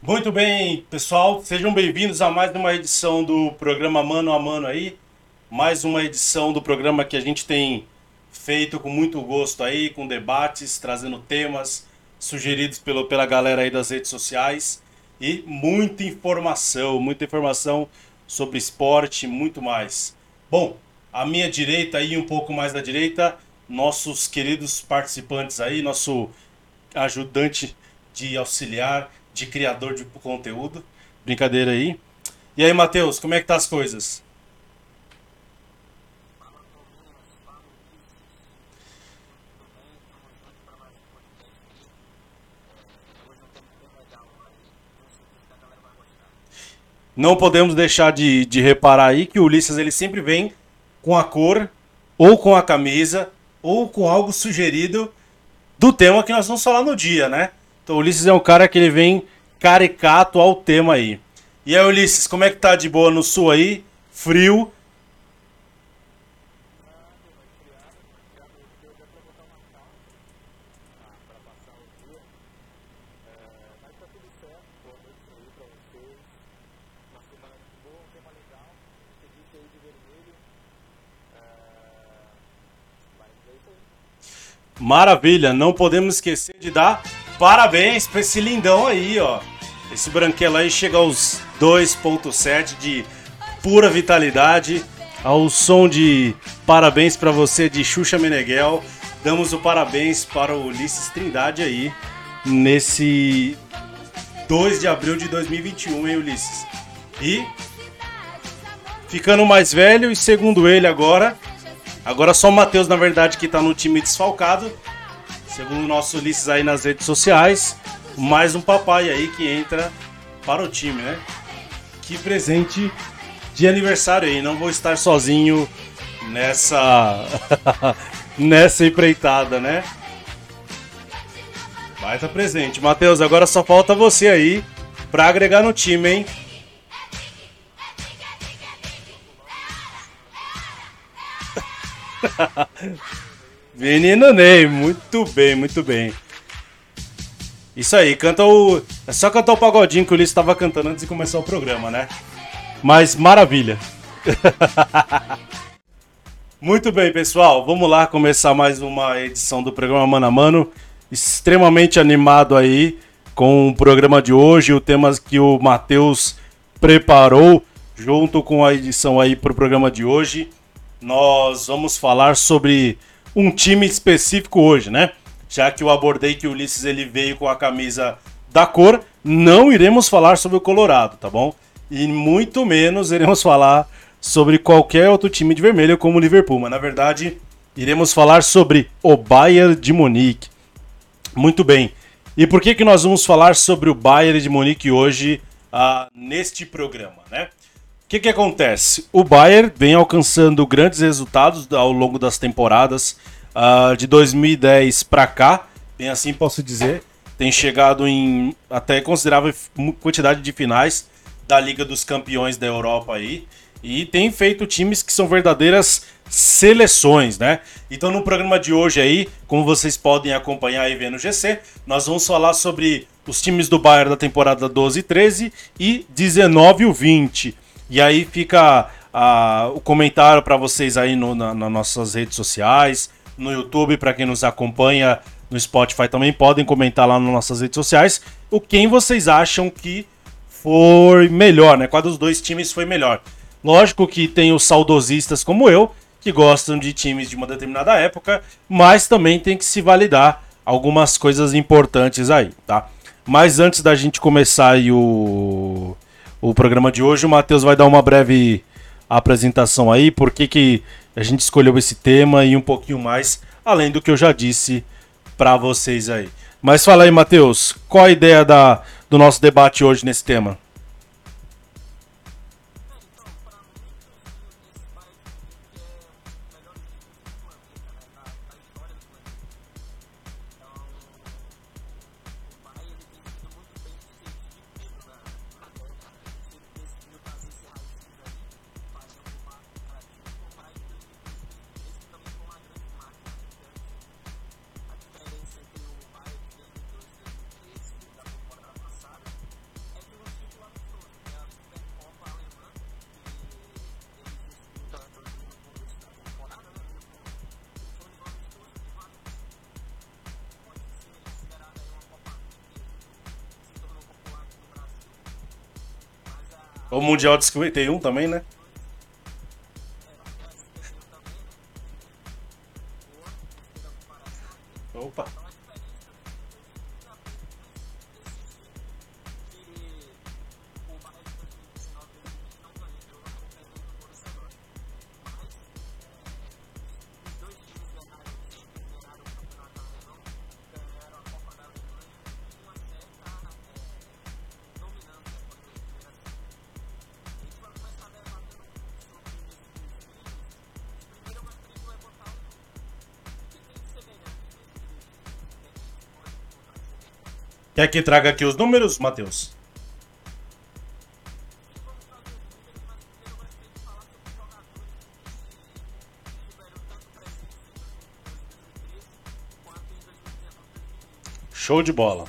Muito bem, pessoal, sejam bem-vindos a mais uma edição do programa Mano a Mano aí. Mais uma edição do programa que a gente tem feito com muito gosto aí, com debates, trazendo temas sugeridos pela galera aí das redes sociais e muita informação sobre esporte e muito mais. Bom, à minha direita e um pouco mais da direita, nossos queridos participantes aí, nosso ajudante de auxiliar, de criador de conteúdo. Brincadeira aí. E aí, Matheus, como é que tá as coisas? Não podemos deixar de reparar aí que o Ulisses ele sempre vem com a cor, ou com a camisa, ou com algo sugerido do tema que nós vamos falar no dia, né? Então o Ulisses é um cara que ele vem caricato ao tema aí. E aí, Ulisses, como é que tá de boa no sul aí? Frio? Maravilha, não podemos esquecer de dar parabéns para esse lindão aí, ó. Esse branquelo aí chega aos 2.7 de pura vitalidade, ao som de parabéns para você de Xuxa Meneghel. Damos o parabéns para o Ulisses Trindade aí, nesse 2 de abril de 2021, hein, Ulisses? E ficando mais velho, e segundo ele agora só o Matheus, na verdade, que tá no time desfalcado. Segundo o nosso Ulisses aí nas redes sociais, mais um papai aí que entra para o time, né? Que presente de aniversário aí. Não vou estar sozinho nessa nessa empreitada, né? Vai estar presente. Matheus, agora só falta você aí para agregar no time, hein? Menino Ney, muito bem, muito bem. Isso aí, canta o. É só cantar o pagodinho que o Ulisses estava cantando antes de começar o programa, né? Mas maravilha. Muito bem, pessoal. Vamos lá começar mais uma edição do programa Mano a Mano. Extremamente animado aí com o programa de hoje, o tema que o Matheus preparou junto com a edição aí para o programa de hoje. Nós vamos falar sobre um time específico hoje, né? Já que eu abordei que o Ulisses ele veio com a camisa da cor, não iremos falar sobre o Colorado, tá bom? E muito menos iremos falar sobre qualquer outro time de vermelho como o Liverpool, mas na verdade iremos falar sobre o Bayern de Munique. Muito bem. E por que nós vamos falar sobre o Bayern de Munique hoje neste programa, né? O que acontece? O Bayern vem alcançando grandes resultados ao longo das temporadas de 2010 para cá, bem assim posso dizer. Tem chegado em até considerável quantidade de finais da Liga dos Campeões da Europa aí. E tem feito times que são verdadeiras seleções, né? Então no programa de hoje aí, como vocês podem acompanhar e ver no GC, nós vamos falar sobre os times do Bayern da temporada 12 e 13 e 19 e 20. E aí fica o comentário para vocês aí nas nossas redes sociais, no YouTube, para quem nos acompanha no Spotify também podem comentar lá nas nossas redes sociais o quem vocês acham que foi melhor, né? Qual dos dois times foi melhor. Lógico que tem os saudosistas como eu, que gostam de times de uma determinada época, mas também tem que se validar algumas coisas importantes aí, tá? Mas antes da gente começar aí o programa de hoje, o Matheus vai dar uma breve apresentação aí, por que a gente escolheu esse tema e um pouquinho mais, além do que eu já disse para vocês aí. Mas fala aí, Matheus, qual a ideia do nosso debate hoje nesse tema? O Mundial de 51 também, né? Opa. Quer que traga aqui os números, Matheus? Show de bola.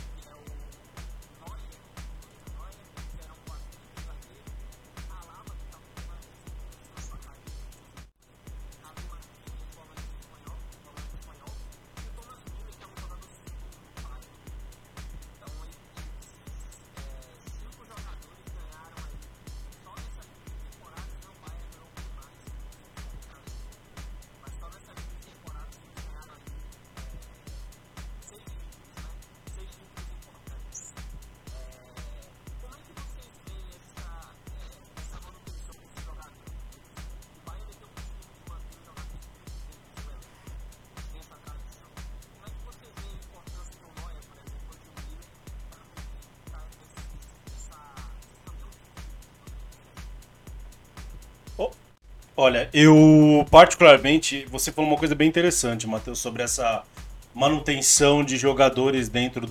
Oh, olha, eu particularmente, você falou uma coisa bem interessante, Matheus, sobre essa manutenção de jogadores dentro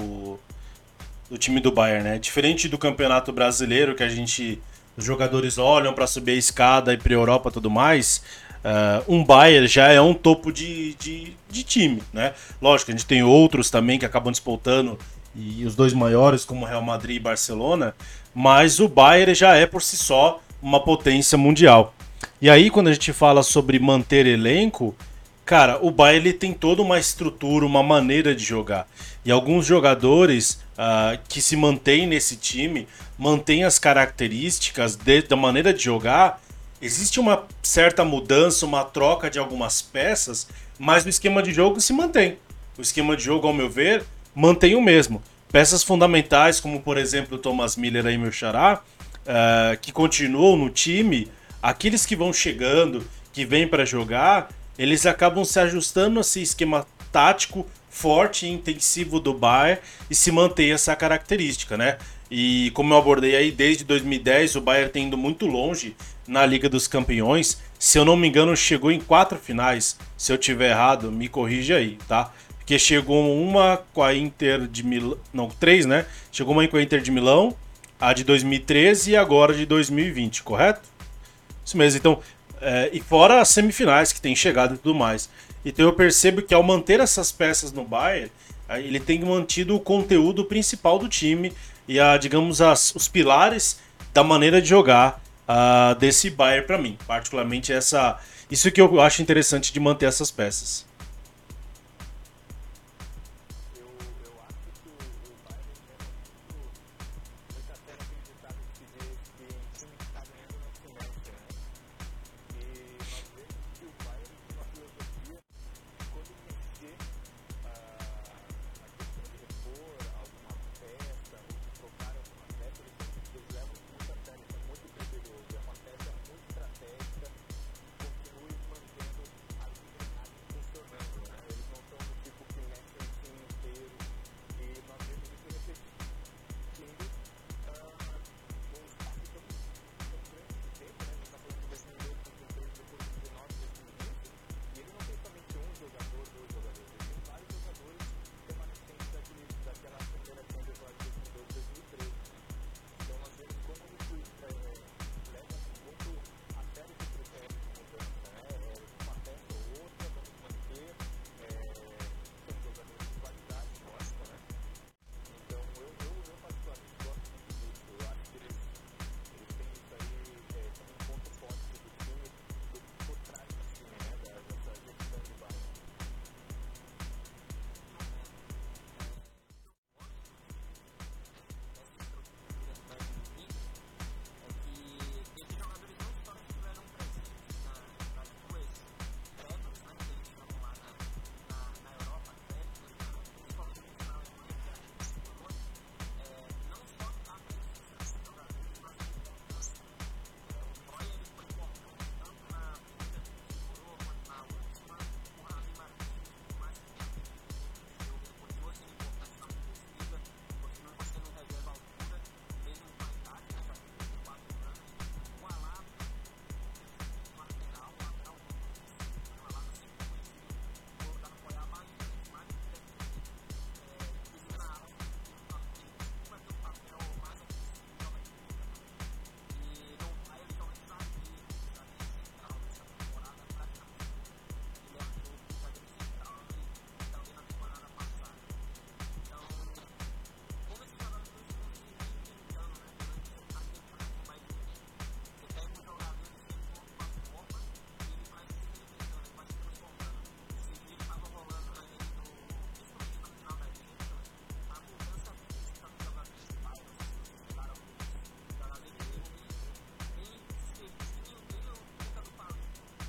do time do Bayern, né? Diferente do Campeonato Brasileiro, que a gente, os jogadores olham para subir a escada e para a Europa e tudo mais, um Bayern já é um topo de time, né? Lógico, a gente tem outros também que acabam disputando, e os dois maiores, como Real Madrid e Barcelona, mas o Bayern já é por si só uma potência mundial. E aí, quando a gente fala sobre manter elenco, cara, o Bayern ele tem toda uma estrutura, uma maneira de jogar. E alguns jogadores que se mantêm nesse time, mantêm as características da maneira de jogar. Existe uma certa mudança, uma troca de algumas peças, mas o esquema de jogo se mantém. O esquema de jogo, ao meu ver, mantém o mesmo. Peças fundamentais, como por exemplo o Thomas Miller aí, meu xará, que continuam no time, aqueles que vão chegando, que vêm para jogar, eles acabam se ajustando a esse esquema tático forte e intensivo do Bayern e se mantém essa característica, né? E como eu abordei aí, desde 2010 o Bayern tem ido muito longe na Liga dos Campeões. Se eu não me engano, chegou em 4 finais. Se eu tiver errado, me corrige aí, tá? Porque chegou uma com a Inter de Milão, não, três, né? Chegou uma com a Inter de Milão, a de 2013 e agora de 2020, correto? Isso mesmo, então, e fora as semifinais que tem chegado e tudo mais. Então eu percebo que ao manter essas peças no Bayern, ele tem mantido o conteúdo principal do time e, digamos, os pilares da maneira de jogar desse Bayern para mim. Particularmente isso que eu acho interessante de manter essas peças.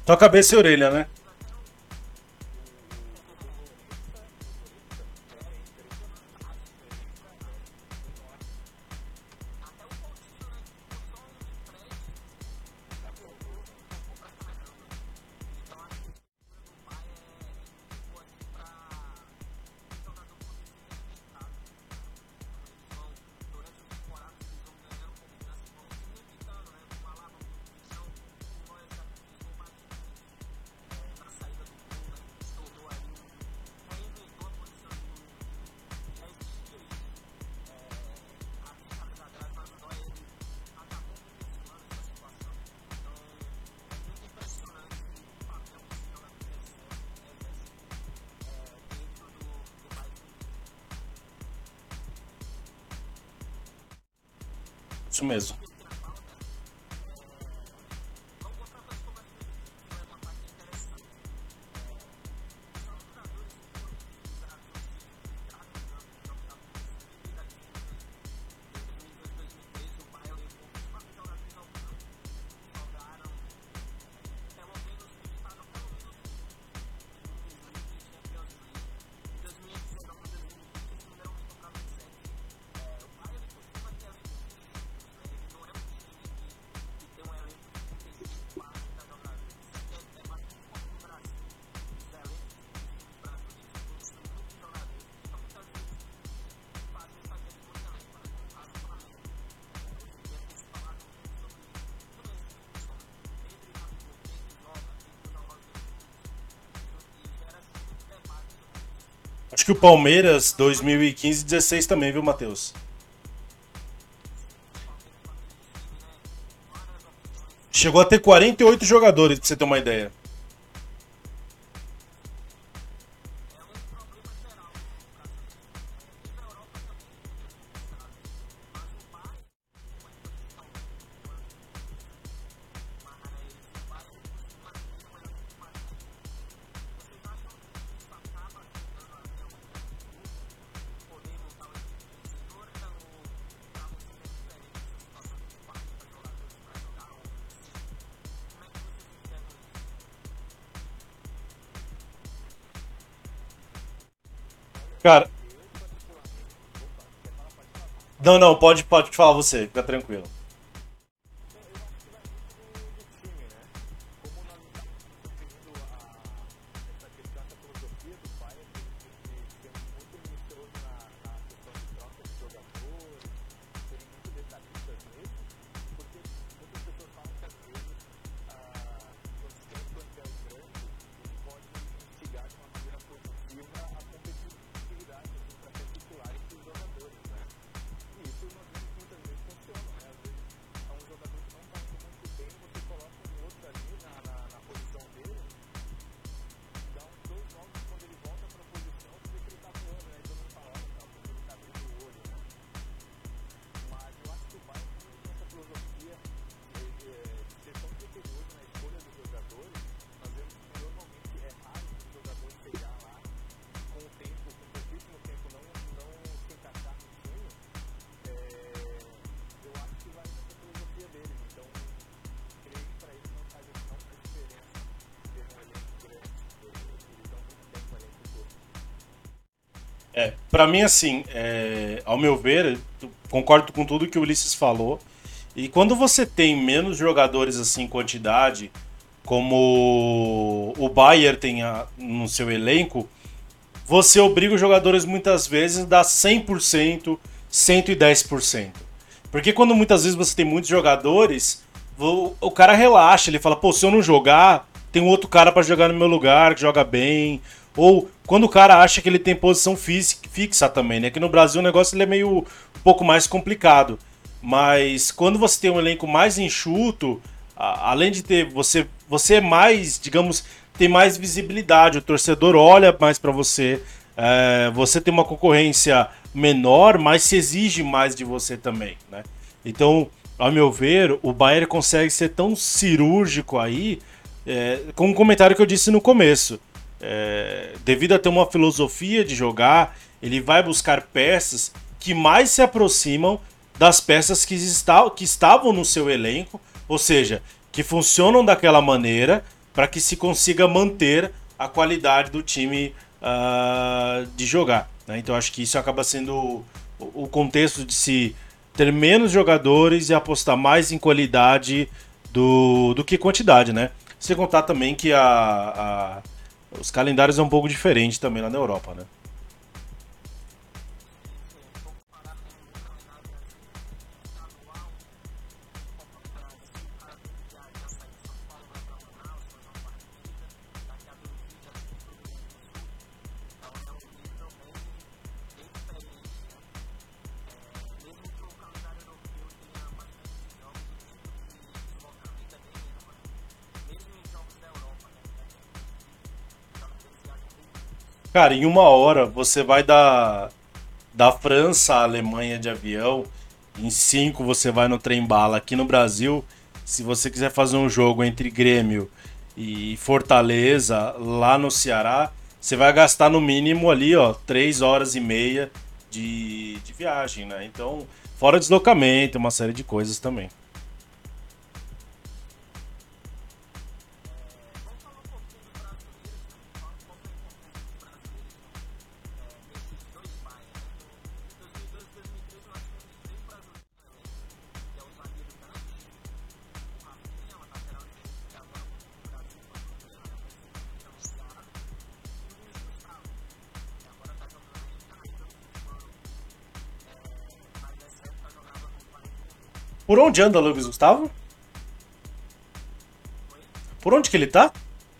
Só cabeça e orelha, né? Isso mesmo. Acho que o Palmeiras 2015-16 também, viu, Matheus? Chegou a ter 48 jogadores, pra você ter uma ideia. Cara, não, não, pode falar você, fica tranquilo. Pra mim, assim, ao meu ver, eu concordo com tudo que o Ulisses falou. E quando você tem menos jogadores assim em quantidade, como o Bayern tem no seu elenco, você obriga os jogadores muitas vezes a dar 100%, 110%. Porque quando muitas vezes você tem muitos jogadores, o cara relaxa, ele fala, pô, se eu não jogar, tem um outro cara pra jogar no meu lugar, que joga bem. Ou quando o cara acha que ele tem posição fixa também, né? Que no Brasil o negócio ele é meio um pouco mais complicado. Mas quando você tem um elenco mais enxuto, além de ter você é mais, digamos, tem mais visibilidade, o torcedor olha mais pra você, você tem uma concorrência menor, mas se exige mais de você também, né? Então, ao meu ver, o Bayern consegue ser tão cirúrgico aí, com um comentário que eu disse no começo. Devido a ter uma filosofia de jogar, ele vai buscar peças que mais se aproximam das peças que estavam no seu elenco, ou seja, que funcionam daquela maneira, para que se consiga manter a qualidade do time de jogar. Né? Então acho que isso acaba sendo o contexto de se ter menos jogadores e apostar mais em qualidade do que quantidade, né? Sem contar também que os calendários são um pouco diferentes também lá na Europa, né? Cara, em uma hora você vai da França à Alemanha de avião, em cinco você vai no trem-bala. Aqui no Brasil, se você quiser fazer um jogo entre Grêmio e Fortaleza, lá no Ceará, você vai gastar no mínimo ali, ó, 3 horas e meia de viagem, né? Então, fora deslocamento, uma série de coisas também. Por onde anda Lucas Gustavo? Por onde que ele tá?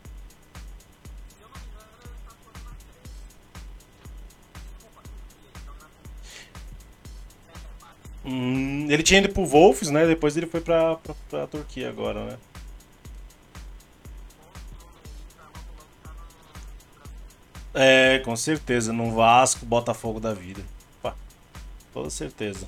Ele tinha ido pro Wolves, né? Depois ele foi pra Turquia agora, né? É, com certeza. No Vasco, Botafogo da vida. Pá, toda certeza.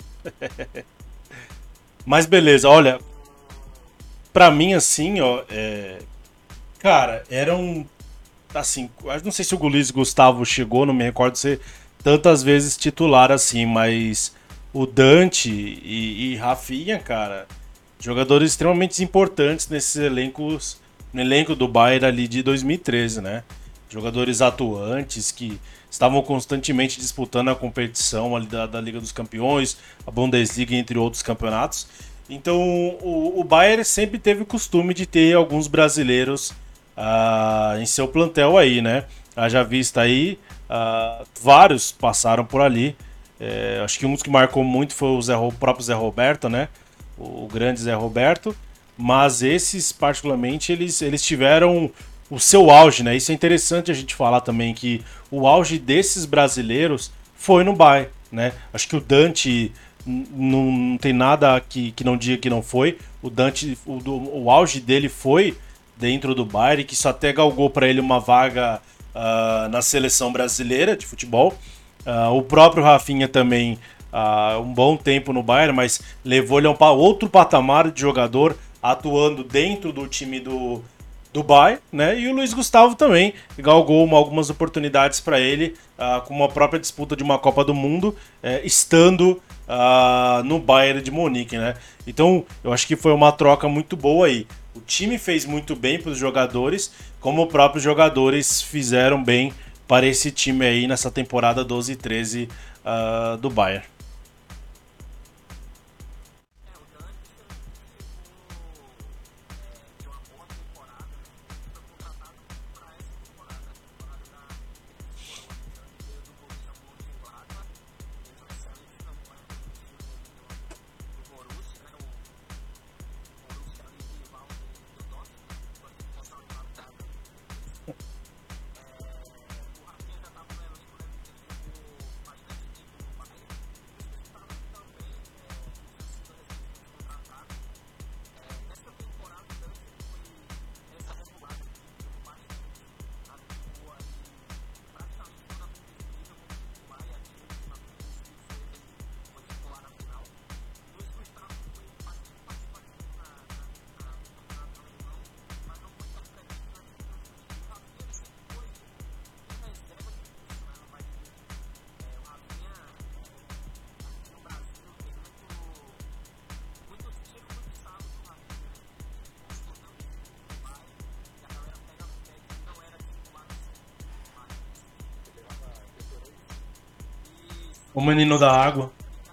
Mas beleza, olha, pra mim assim, ó, cara, era um. Assim, eu não sei se o Luiz Gustavo chegou, não me recordo ser tantas vezes titular assim, mas o Dante e Rafinha, cara, jogadores extremamente importantes nesses elencos, no elenco do Bayern ali de 2013, né? Jogadores atuantes que estavam constantemente disputando a competição ali da Liga dos Campeões, a Bundesliga, entre outros campeonatos. Então o Bayern sempre teve o costume de ter alguns brasileiros em seu plantel aí, né? Haja vista aí, vários passaram por ali. Acho que um dos que marcou muito foi o próprio Zé Roberto, né? O grande Zé Roberto. Mas esses, particularmente, eles tiveram o seu auge, né? Isso é interessante a gente falar também que o auge desses brasileiros foi no Bayern, né? Acho que o Dante não tem nada que não diga que não foi. O Dante, o auge dele foi dentro do Bayern, que isso até galgou para ele uma vaga na seleção brasileira de futebol. O próprio Rafinha também, um bom tempo no Bayern, mas levou ele a outro patamar de jogador, atuando dentro do time do Bayern, né? E o Luiz Gustavo também galgou algumas oportunidades para ele, com uma própria disputa de uma Copa do Mundo, estando no Bayern de Munique, né? Então, eu acho que foi uma troca muito boa aí. O time fez muito bem para os jogadores, como os próprios jogadores fizeram bem para esse time aí nessa temporada 12 e 13 do Bayern. O menino da água.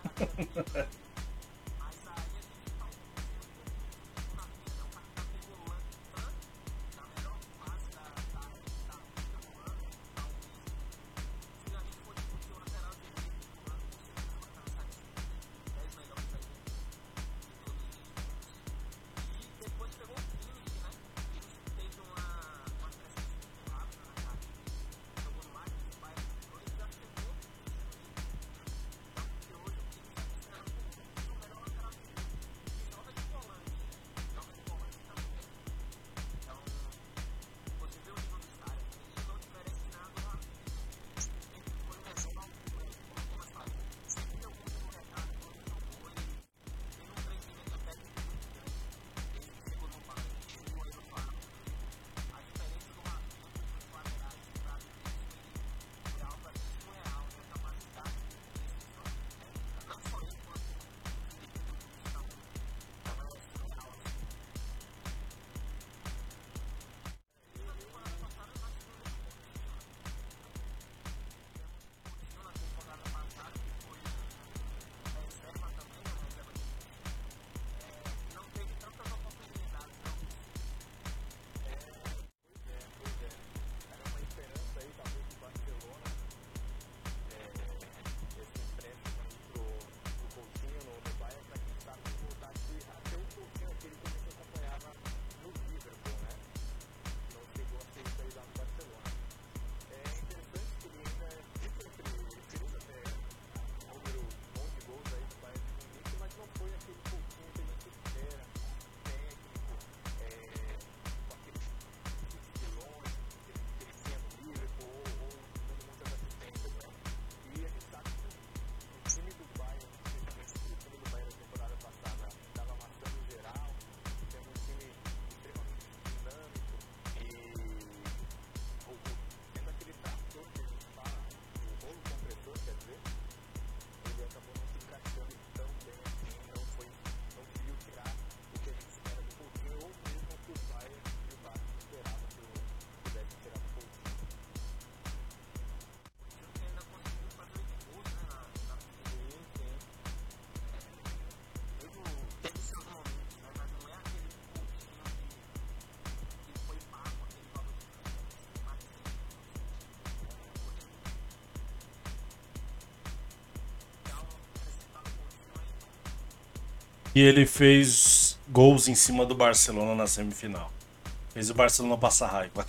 E ele fez gols em cima do Barcelona na semifinal. Fez o Barcelona passar raiva.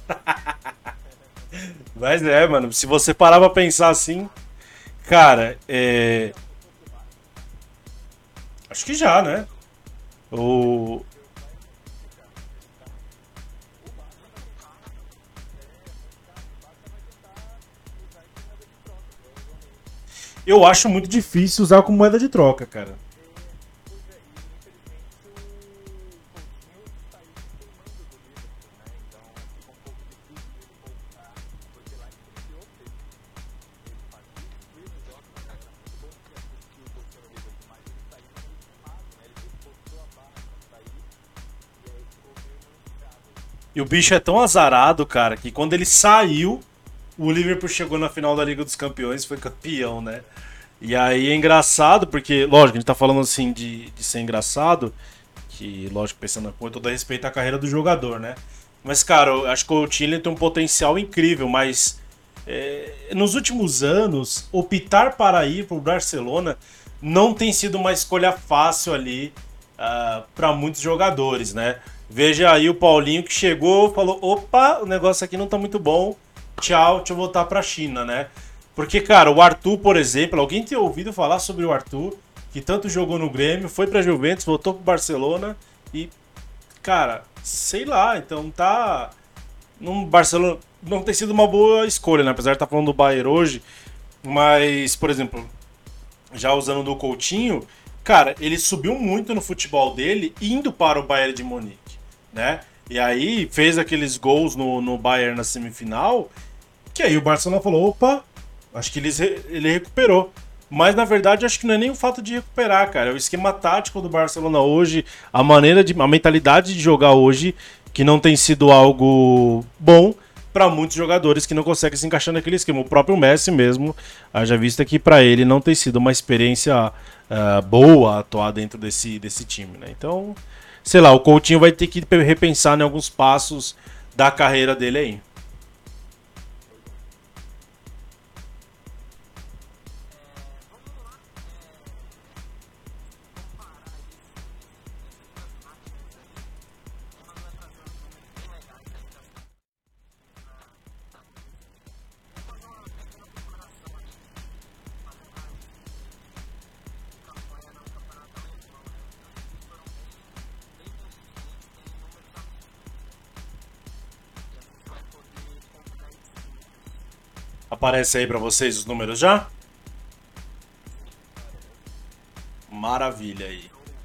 Mas é, mano, se você parar pra pensar assim, cara, acho que já, né? O... Eu acho muito difícil usar como moeda de troca, cara. E o bicho é tão azarado, cara, que quando ele saiu, o Liverpool chegou na final da Liga dos Campeões e foi campeão, né? E aí é engraçado, porque, lógico, a gente tá falando assim de ser engraçado, que, lógico, pensando com todo respeito à carreira do jogador, né? Mas, cara, eu acho que o Coutinho tem um potencial incrível, mas nos últimos anos, optar para ir pro Barcelona não tem sido uma escolha fácil ali para muitos jogadores, né? Veja aí o Paulinho que chegou, falou: opa, o negócio aqui não tá muito bom, tchau, deixa eu voltar pra China, né? Porque, cara, o Arthur, por exemplo, alguém tem ouvido falar sobre o Arthur, que tanto jogou no Grêmio, foi pra Juventus, voltou pro Barcelona e, cara, sei lá, então tá. No Barcelona não tem sido uma boa escolha, né? Apesar de estar falando do Bayern hoje, mas, por exemplo, já usando do Coutinho, cara, ele subiu muito no futebol dele indo para o Bayern de Munique, né? E aí fez aqueles gols no Bayern na semifinal, que aí o Barcelona falou: opa, acho que ele recuperou. Mas na verdade acho que não é nem o fato de recuperar, cara. É o esquema tático do Barcelona hoje, a mentalidade de jogar hoje, que não tem sido algo bom. para muitos jogadores que não conseguem se encaixar naquele esquema. O próprio Messi mesmo, haja vista que para ele não tem sido uma experiência boa atuar dentro desse time, né? Então, sei lá, o Coutinho vai ter que repensar em alguns passos da carreira dele aí. Aparece aí para vocês os números já? Maravilha aí.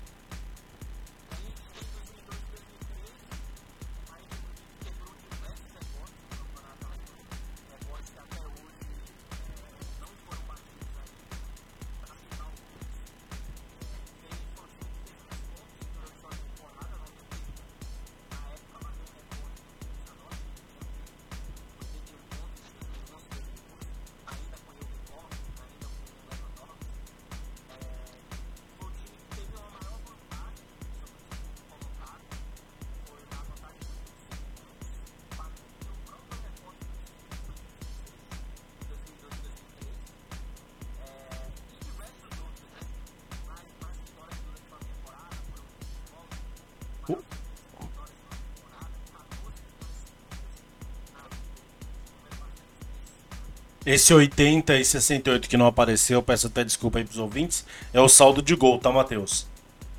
Esse 80 e 68 que não apareceu, peço até desculpa aí pros ouvintes, é o saldo de gol, tá, Matheus?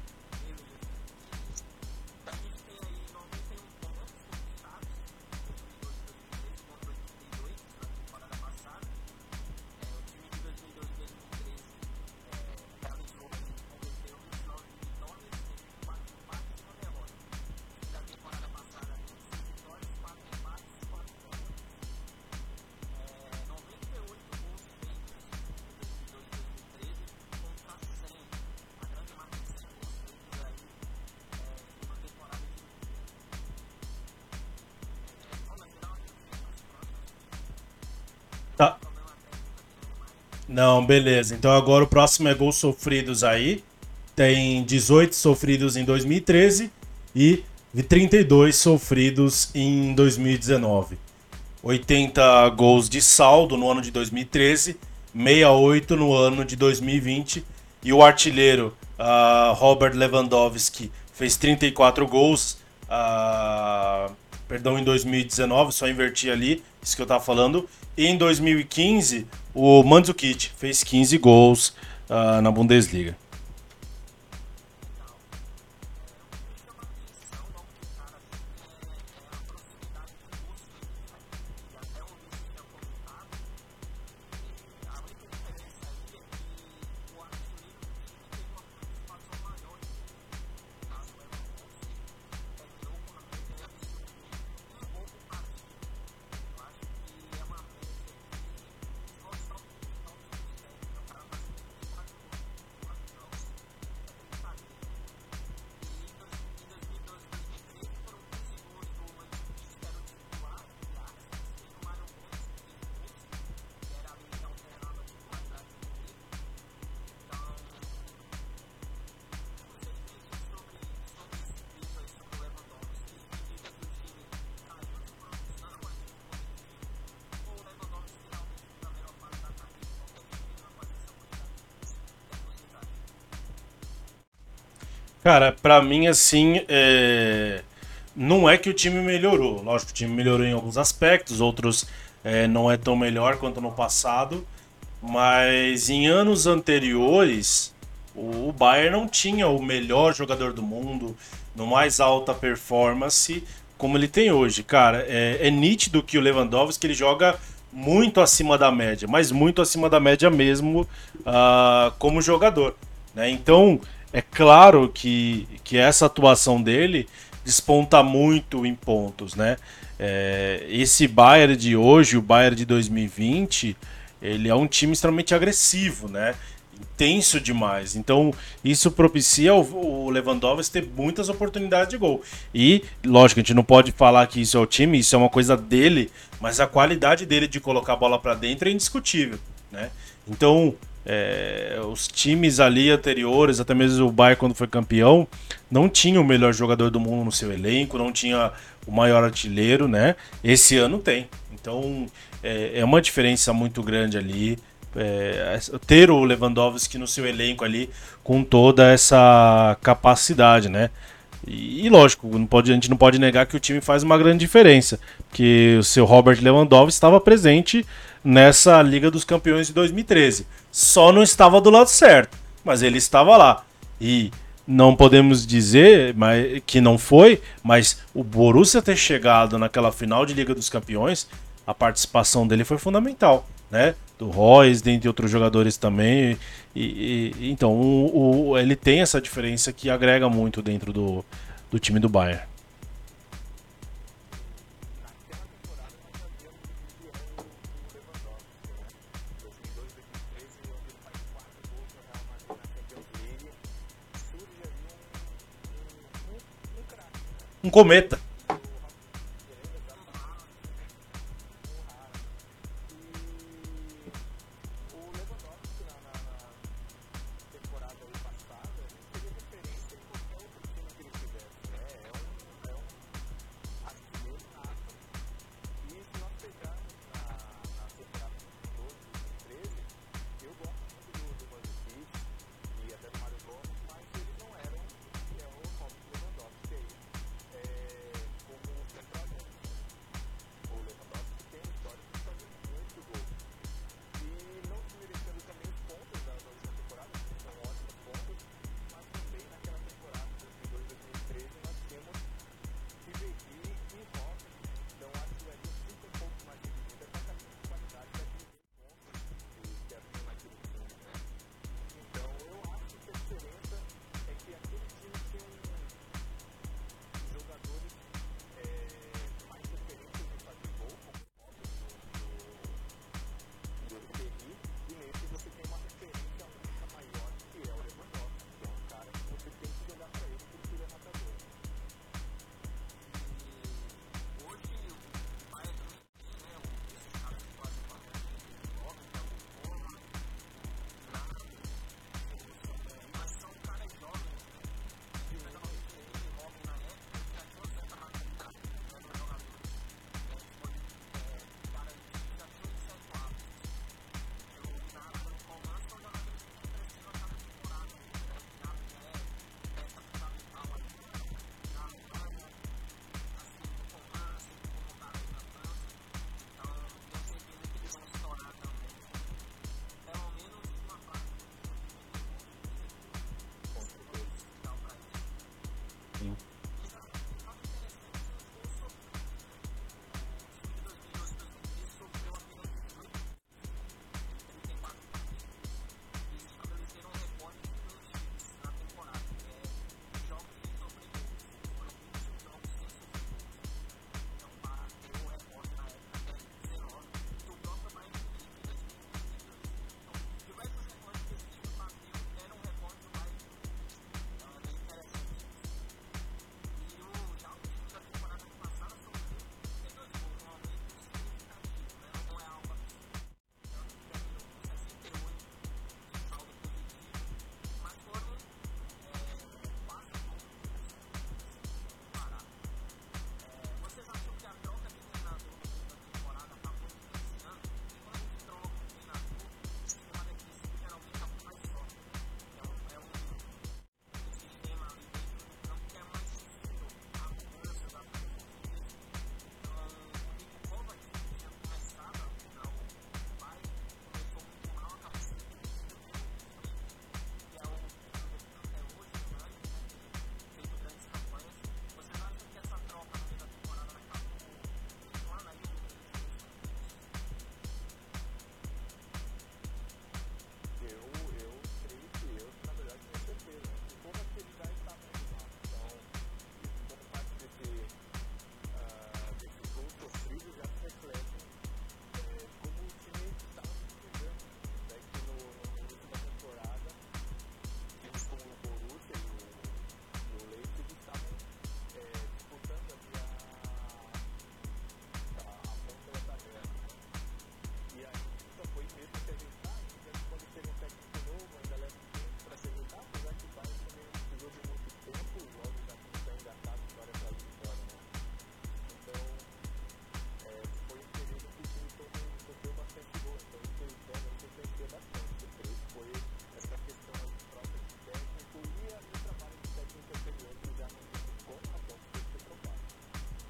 Tá. Não, beleza. Então agora o próximo é gols sofridos aí. Tem 18 sofridos em 2013 e 32 sofridos em 2019. 80 gols de saldo no ano de 2013, 68 no ano de 2020. E o artilheiro Robert Lewandowski fez 34 gols. Perdão, em 2019, só inverti ali, isso que eu tava falando. E em 2015, o Mandzukic fez 15 gols na Bundesliga. Cara, pra mim, assim, não é que o time melhorou. Lógico, o time melhorou em alguns aspectos, outros não é tão melhor quanto no passado. Mas em anos anteriores, o Bayern não tinha o melhor jogador do mundo, no mais alta performance, como ele tem hoje. Cara, é nítido que o Lewandowski ele joga muito acima da média, mas muito acima da média mesmo como jogador, né? Então, é claro que essa atuação dele desponta muito em pontos, né? Esse Bayern de hoje, o Bayern de 2020, ele é um time extremamente agressivo, né? tenso demais. Então, isso propicia o Lewandowski ter muitas oportunidades de gol. E, lógico, a gente não pode falar que isso é o time, isso é uma coisa dele, mas a qualidade dele de colocar a bola para dentro é indiscutível, né? Então, os times ali anteriores, até mesmo o Bayern quando foi campeão, não tinha o melhor jogador do mundo no seu elenco, não tinha o maior artilheiro, né? Esse ano tem. Então, é uma diferença muito grande ali ter o Lewandowski no seu elenco ali com toda essa capacidade, né? E lógico, a gente não pode negar que o time faz uma grande diferença, que o seu Robert Lewandowski estava presente nessa Liga dos Campeões de 2013. Só não estava do lado certo, mas ele estava lá. E não podemos dizer que não foi, mas o Borussia ter chegado naquela final de Liga dos Campeões, a participação dele foi fundamental, né? Do Royce, dentre outros jogadores também. Então, ele tem essa diferença que agrega muito dentro do time do Bayern. Um cometa.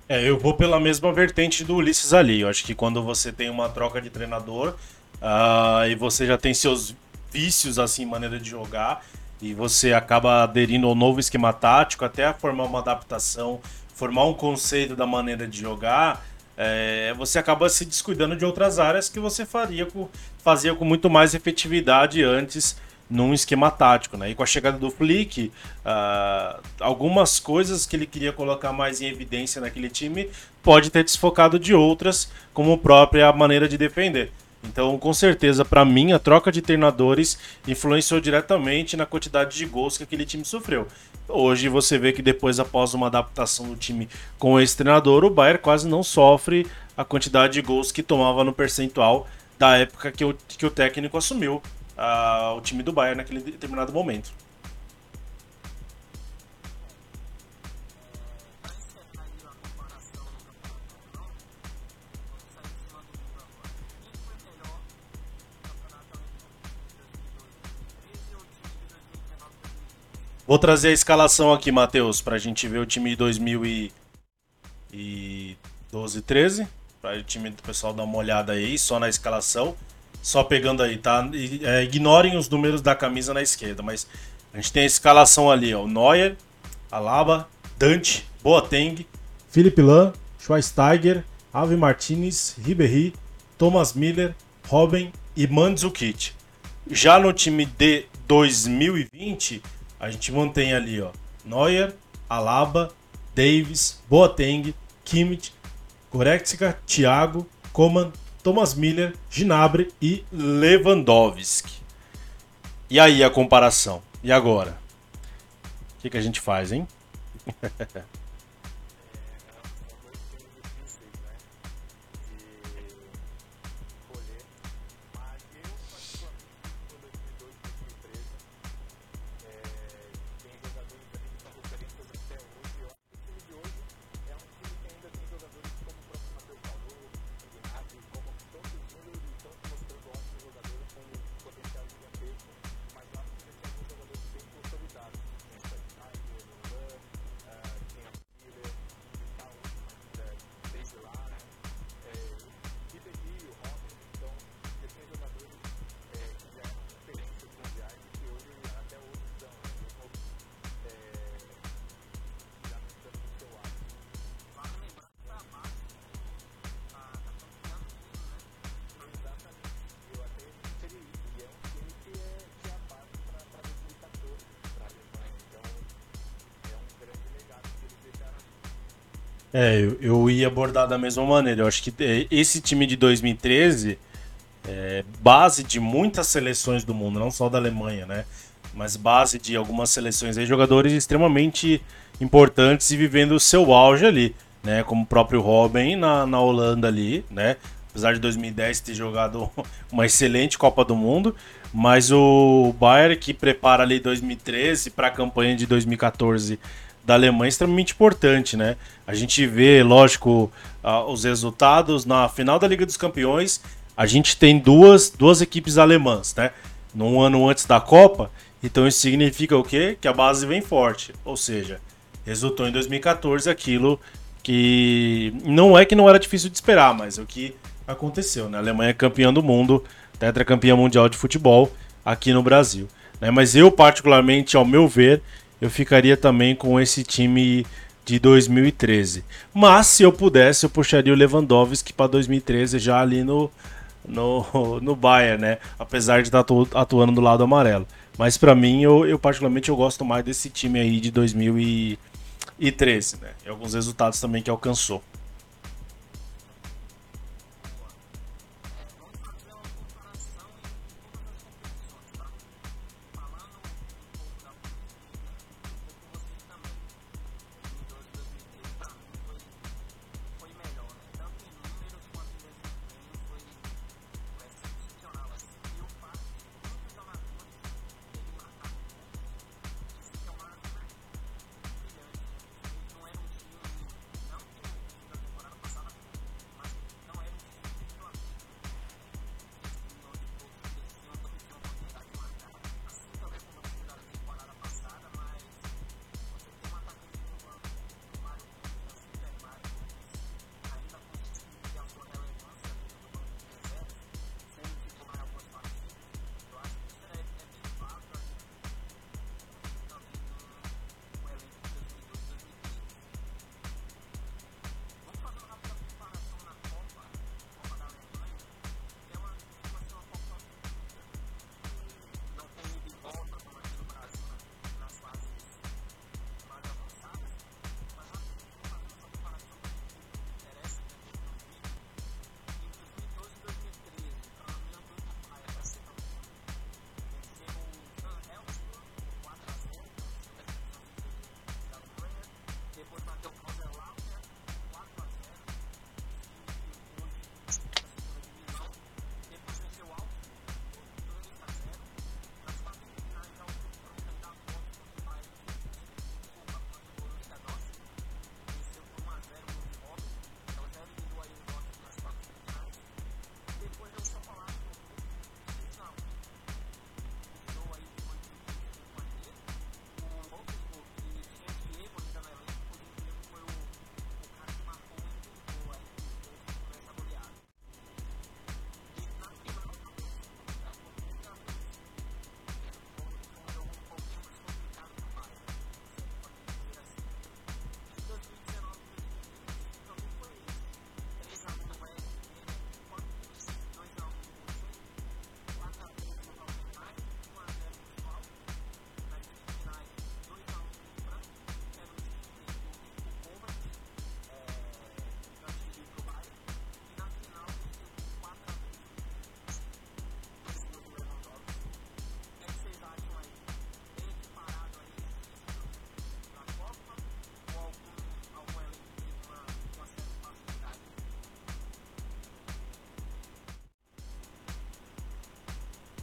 Eu vou pela mesma vertente do Ulisses ali. Eu acho que quando você tem uma troca de treinador, e você já tem seus vícios, assim, maneira de jogar, e você acaba aderindo ao novo esquema tático, até a formar uma adaptação, formar um conceito da maneira de jogar, você acaba se descuidando de outras áreas que você fazia com muito mais efetividade antes num esquema tático, né? E com a chegada do Flick, algumas coisas que ele queria colocar mais em evidência naquele time pode ter desfocado de outras, como a própria maneira de defender. Então, com certeza, para mim, a troca de treinadores influenciou diretamente na quantidade de gols que aquele time sofreu. Hoje você vê que depois, após uma adaptação do time com esse treinador, o Bayern quase não sofre a quantidade de gols que tomava no percentual da época que o técnico assumiu o time do Bayern naquele determinado momento. Vou trazer a escalação aqui, Matheus, para a gente ver o time de 2012 13. Para o time do pessoal dar uma olhada aí, só na escalação. Só pegando aí, tá? Ignorem os números da camisa na esquerda, mas a gente tem a escalação ali, ó. Neuer, Alaba, Dante, Boateng, Philipp Lahm, Schweinsteiger, Ave Martinez, Ribéry, Thomas Miller, Robben e Mandzukic. Já no time de 2020, a gente mantém ali, ó, Neuer, Alaba, Davis, Boateng, Kimmich, Goretzka, Thiago, Coman, Thomas Miller, Gnabry e Lewandowski. E aí a comparação? E agora? O que a gente faz, hein? Eu ia abordar da mesma maneira. Eu acho que esse time de 2013 base de muitas seleções do mundo, não só da Alemanha, né? Mas base de algumas seleções aí, jogadores extremamente importantes e vivendo o seu auge ali, né? Como o próprio Robben na Holanda ali, né? Apesar de 2010 ter jogado uma excelente Copa do Mundo, mas o Bayern que prepara ali 2013 para a campanha de 2014 da Alemanha é extremamente importante, né? A gente vê, lógico, os resultados na final da Liga dos Campeões. A gente tem duas equipes alemãs, né? Num ano antes da Copa. Então isso significa o quê? Que a base vem forte. Ou seja, resultou em 2014 aquilo que não era difícil de esperar, mas é o que aconteceu, né? A Alemanha é campeã do mundo, tetracampeã mundial de futebol aqui no Brasil, né? Mas eu, particularmente, ao meu ver, eu ficaria também com esse time de 2013. Mas se eu pudesse, eu puxaria o Lewandowski para 2013 já ali no Bayern, né? Apesar de estar atuando do lado amarelo. Mas para mim, eu particularmente eu gosto mais desse time aí de 2013, né? E alguns resultados também que alcançou.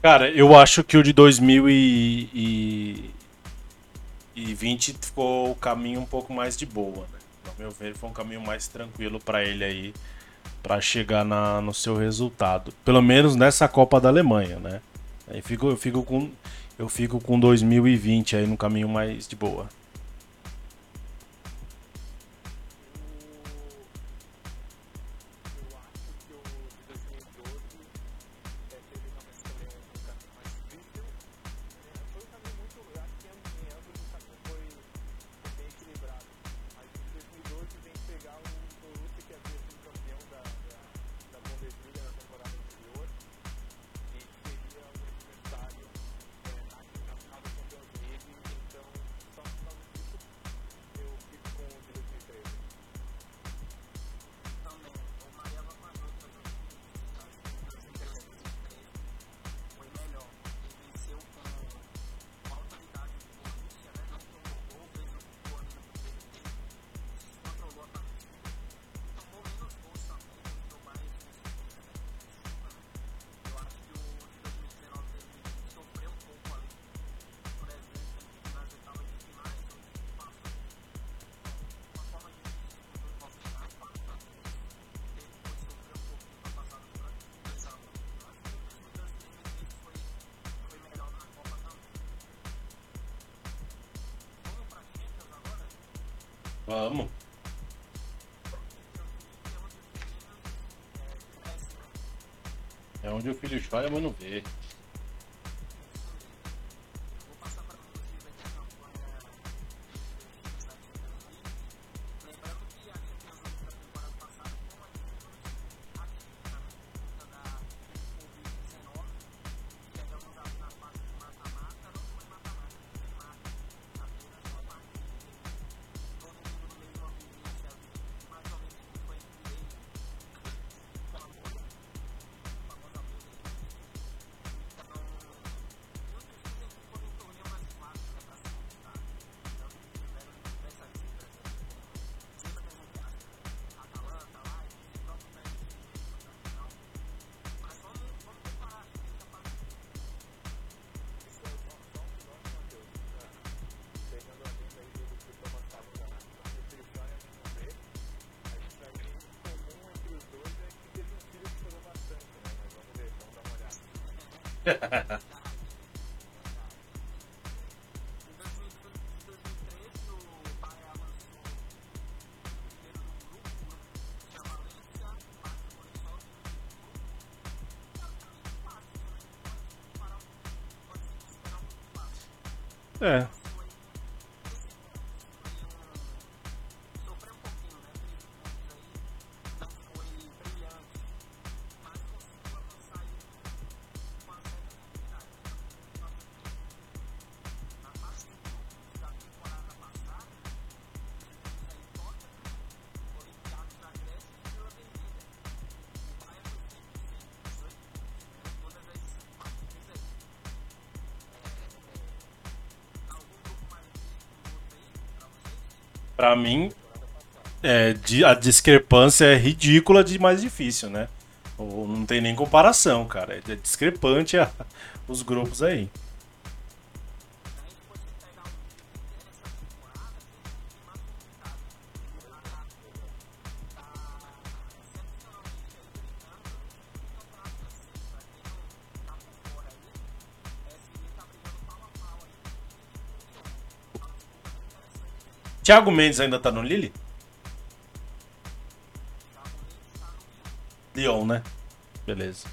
Cara, eu acho que o de 2020 ficou o caminho um pouco mais de boa, né? Ao meu ver, foi um caminho mais tranquilo pra ele aí, pra chegar no seu resultado. Pelo menos nessa Copa da Alemanha, né? Aí eu fico com 2020 aí no caminho mais de boa. Vamos. É onde o filho chora, mas não vê. É. Pra mim, a discrepância é ridícula de mais difícil, né? Não tem nem comparação, cara. É discrepante os grupos aí. Thiago Mendes ainda tá no Lille? Lyon, né? Beleza.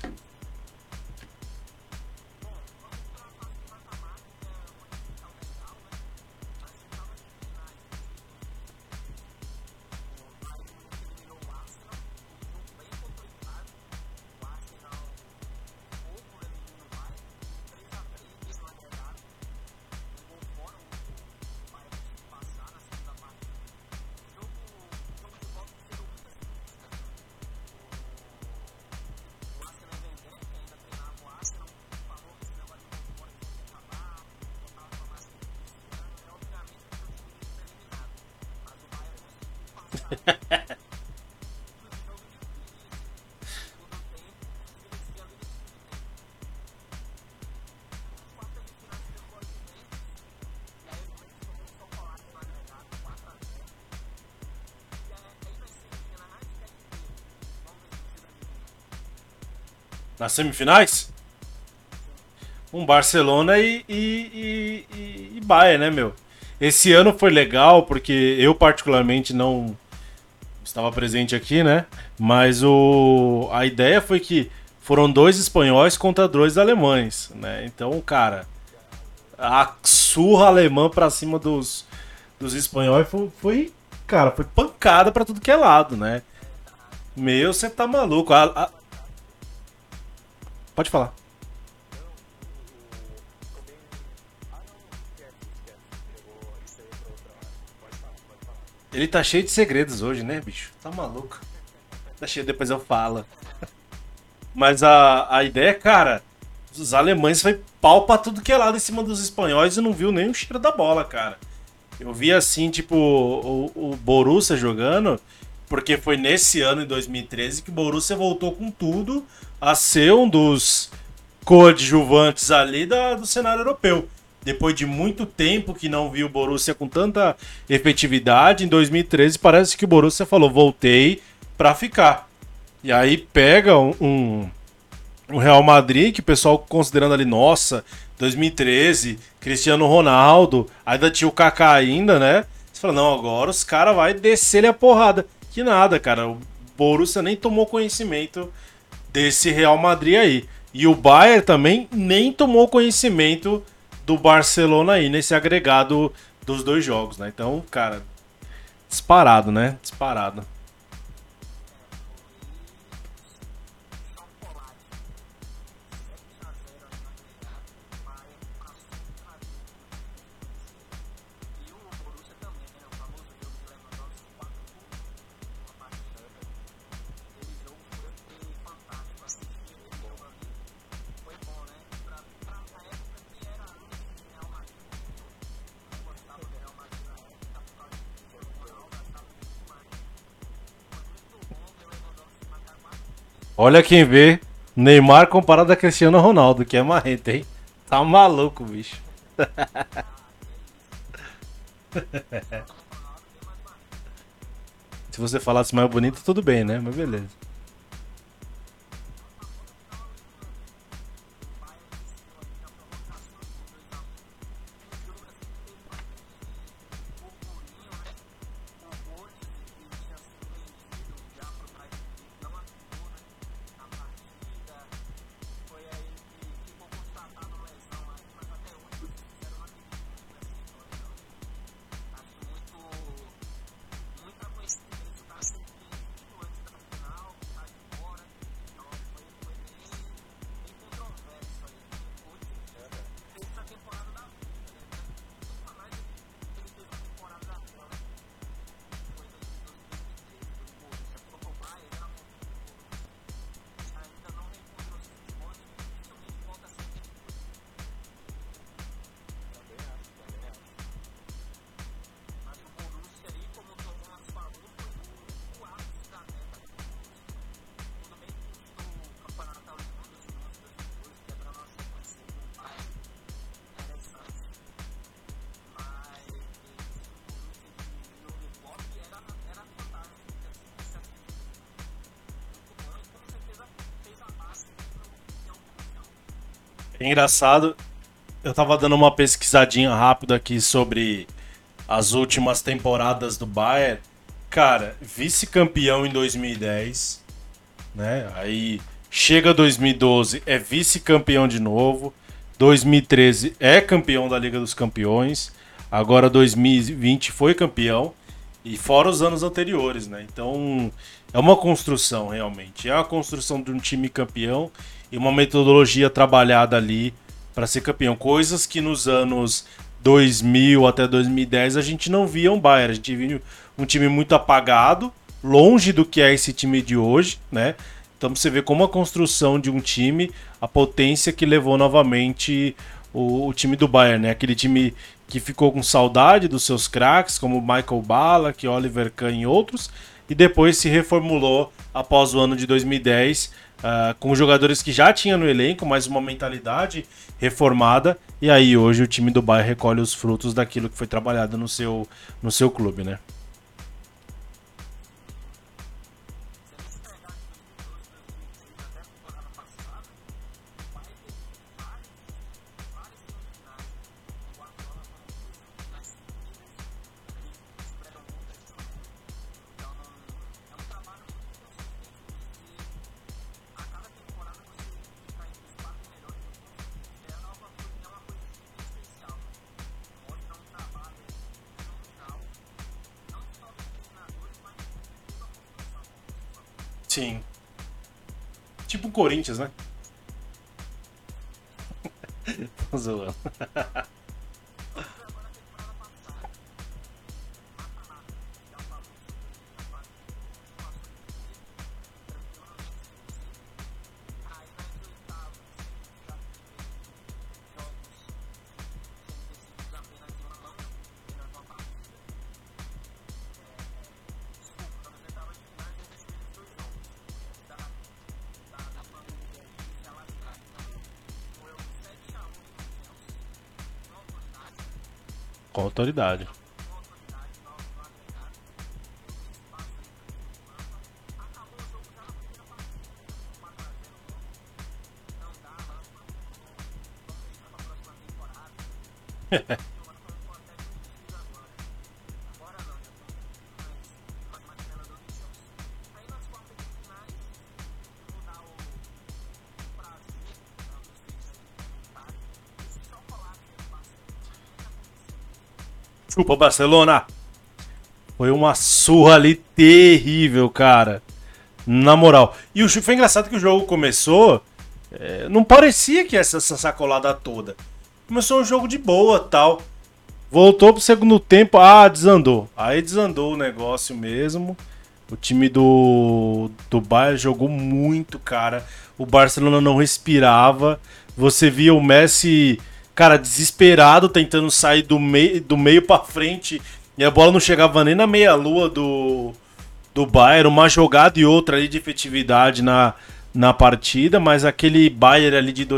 Nas semifinais? Um Barcelona e Bayern, né, meu? Esse ano foi legal porque eu particularmente não estava presente aqui, né? Mas a ideia foi que foram dois espanhóis contra dois alemães, né? Então, cara, a surra alemã pra cima dos espanhóis cara, foi pancada pra tudo que é lado, né? Meu, você tá maluco. Pode falar. Ele tá cheio de segredos hoje, né, bicho? Tá maluco. Tá cheio, depois eu falo. Mas a ideia, cara, os alemães foi pau pra tudo que é lado em cima dos espanhóis e não viu nem o cheiro da bola, cara. Eu vi assim, tipo, o Borussia jogando, porque foi nesse ano, em 2013, que o Borussia voltou com tudo a ser um dos coadjuvantes ali do cenário europeu. Depois de muito tempo que não viu o Borussia com tanta efetividade, em 2013 parece que o Borussia falou: voltei pra ficar. E aí pega um Real Madrid, que o pessoal considerando ali, nossa, 2013, Cristiano Ronaldo, ainda tinha o Kaká ainda, né? Você fala, não, agora os caras vai descer-lhe a porrada. Que nada, cara. O Borussia nem tomou conhecimento desse Real Madrid aí. E o Bayern também nem tomou conhecimento do Barcelona aí, nesse agregado dos dois jogos, né? Então, cara, disparado, né? Disparado. Olha quem vê Neymar comparado a Cristiano Ronaldo, que é marrento, hein? Tá maluco, bicho. Se você falasse mais bonito, tudo bem, né? Mas beleza. É engraçado, eu tava dando uma pesquisadinha rápida aqui sobre as últimas temporadas do Bayern. Cara, vice-campeão em 2010, né? Aí chega 2012, é vice-campeão de novo. 2013 é campeão da Liga dos Campeões. Agora 2020 foi campeão. E fora os anos anteriores, né? Então é uma construção realmente. É uma construção de um time campeão e uma metodologia trabalhada ali para ser campeão. Coisas que nos anos 2000 até 2010 a gente não via um Bayern. A gente via um time muito apagado, longe do que é esse time de hoje, né? Então você vê como a construção de um time, a potência que levou novamente o time do Bayern, né? Aquele time que ficou com saudade dos seus craques, como Michael Ballack, Oliver Kahn e outros, e depois se reformulou após o ano de 2010, com jogadores que já tinha no elenco, mas uma mentalidade reformada, e aí hoje o time do Bayern recolhe os frutos daquilo que foi trabalhado no seu clube, né? Sim. Tipo o Corinthians, né? Tô zoando. Com autoridade. Chupa, Barcelona! Foi uma surra ali terrível, cara. Na moral. E foi engraçado que o jogo começou. Não parecia que essa sacolada toda. Começou um jogo de boa tal. Voltou pro segundo tempo. Ah, desandou. Aí desandou o negócio mesmo. O time do Bayern jogou muito, cara. O Barcelona não respirava. Você via o Messi, cara, desesperado, tentando sair do meio pra frente. E a bola não chegava nem na meia-lua do Bayern. Uma jogada e outra ali de efetividade na partida. Mas aquele Bayern ali de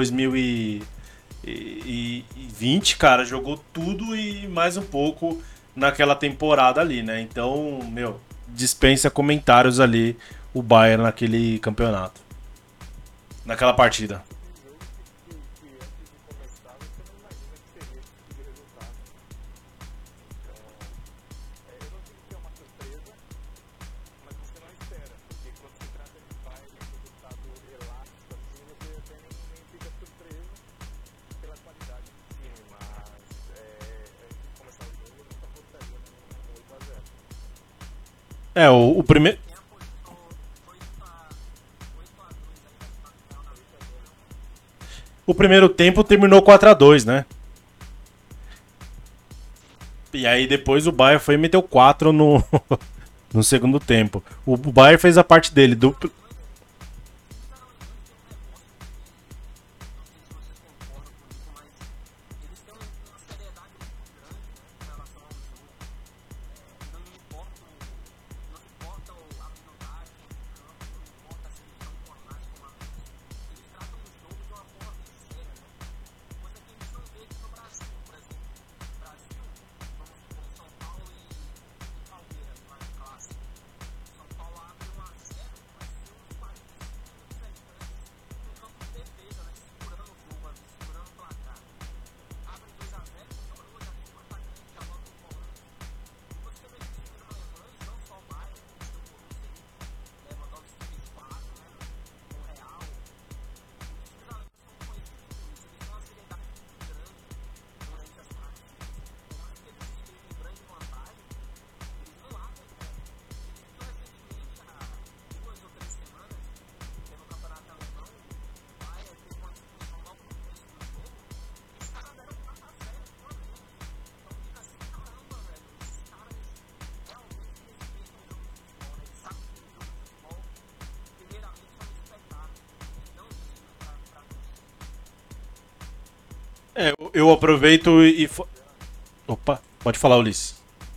2020, cara, jogou tudo e mais um pouco naquela temporada ali, né? Então, meu, dispensa comentários ali o Bayern naquele campeonato, naquela partida. O primeiro. O primeiro tempo terminou 4-2, né? E aí depois o Bayern foi e meteu 4 no segundo tempo. O Bayern fez a parte dele. Eu aproveito Opa, pode falar, Ulisses.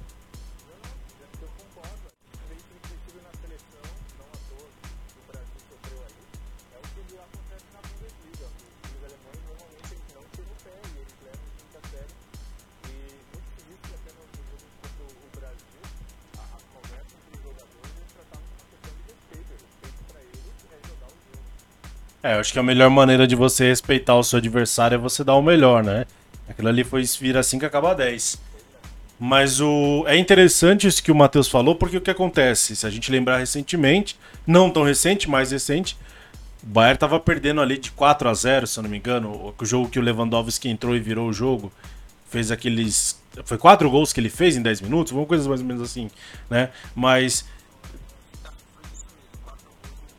Eu acho que a melhor maneira de você respeitar o seu adversário é você dar o melhor, né? Aquilo ali foi vira 5 acaba 10. Mas é interessante isso que o Matheus falou, porque o que acontece? Se a gente lembrar recentemente, não tão recente, mais recente, o Bayern tava perdendo ali de 4-0, se eu não me engano. O jogo que o Lewandowski entrou e virou o jogo. Fez aqueles. Foi 4 gols que ele fez em 10 minutos? Uma coisa mais ou menos assim, né? Mas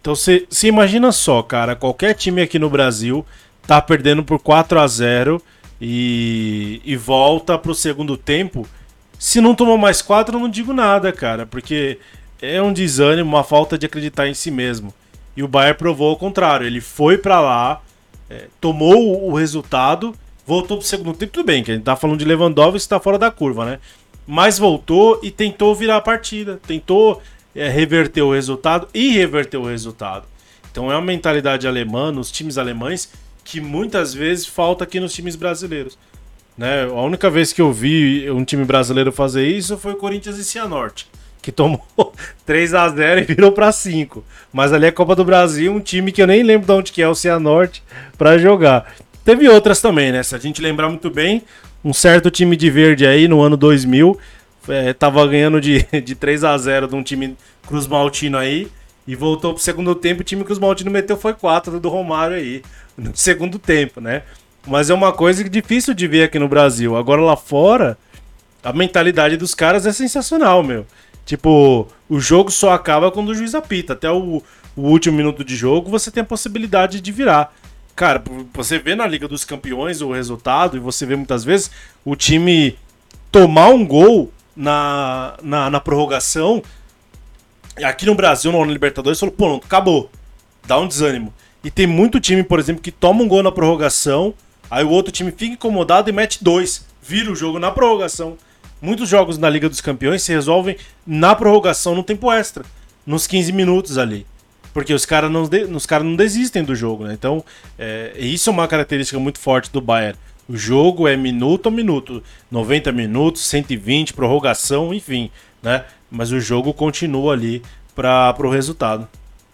Então você imagina só, cara, qualquer time aqui no Brasil tá perdendo por 4-0 e volta pro segundo tempo. Se não tomou mais 4, eu não digo nada, cara, porque é um desânimo, uma falta de acreditar em si mesmo. E o Bayern provou ao contrário, ele foi pra lá, tomou o resultado, voltou pro segundo tempo, tudo bem, que a gente tá falando de Lewandowski, tá fora da curva, né? Mas voltou e tentou virar a partida, tentou reverter o resultado e reverter o resultado. Então é uma mentalidade alemã, nos times alemães, que muitas vezes falta aqui nos times brasileiros. Né? A única vez que eu vi um time brasileiro fazer isso foi o Corinthians e Cianorte, que tomou 3-0 e virou para 5. Mas ali é Copa do Brasil, um time que eu nem lembro de onde que é o Cianorte para jogar. Teve outras também, né? Se a gente lembrar muito bem, um certo time de verde aí no ano 2000 tava ganhando de 3-0 de um time Cruz Maltino aí e voltou pro segundo tempo, o time Cruz Maltino meteu foi 4 do Romário aí no segundo tempo, né? Mas é uma coisa difícil de ver aqui no Brasil. Agora lá fora, a mentalidade dos caras é sensacional, meu. Tipo, o jogo só acaba quando o juiz apita. Até o último minuto de jogo você tem a possibilidade de virar. Cara, você vê na Liga dos Campeões o resultado e você vê muitas vezes o time tomar um gol na prorrogação. Aqui no Brasil, no Libertadores, falou, pô, não, acabou. Dá um desânimo. E tem muito time, por exemplo, que toma um gol na prorrogação, aí o outro time fica incomodado e mete 2. Vira o jogo na prorrogação. Muitos jogos na Liga dos Campeões se resolvem na prorrogação, no tempo extra. Nos 15 minutos ali. Porque os caras não desistem do jogo, né? Então, isso é uma característica muito forte do Bayern. O jogo é minuto a minuto. 90 minutos, 120, prorrogação, enfim, né? Mas o jogo continua ali para o resultado.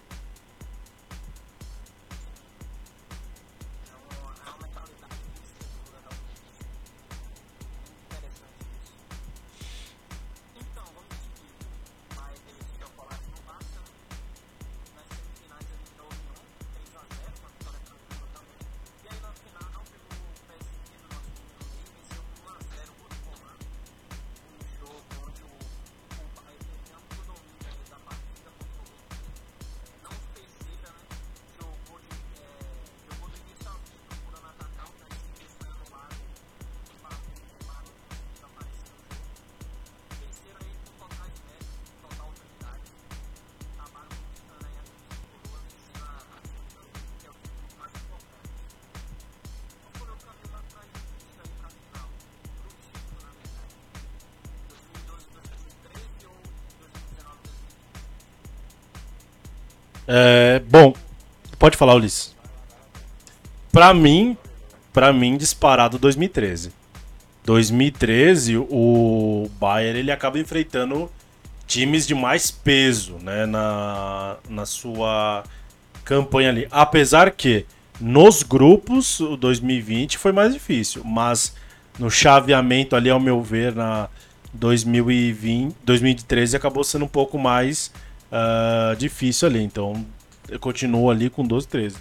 Bom, pode falar, Ulisses. Pra mim, disparado 2013. 2013, o Bayern ele acaba enfrentando times de mais peso, né, na sua campanha ali. Apesar que nos grupos o 2020 foi mais difícil, mas no chaveamento ali, ao meu ver, na 2020, 2013 acabou sendo um pouco mais difícil ali. Então eu continuo ali com 12, 13.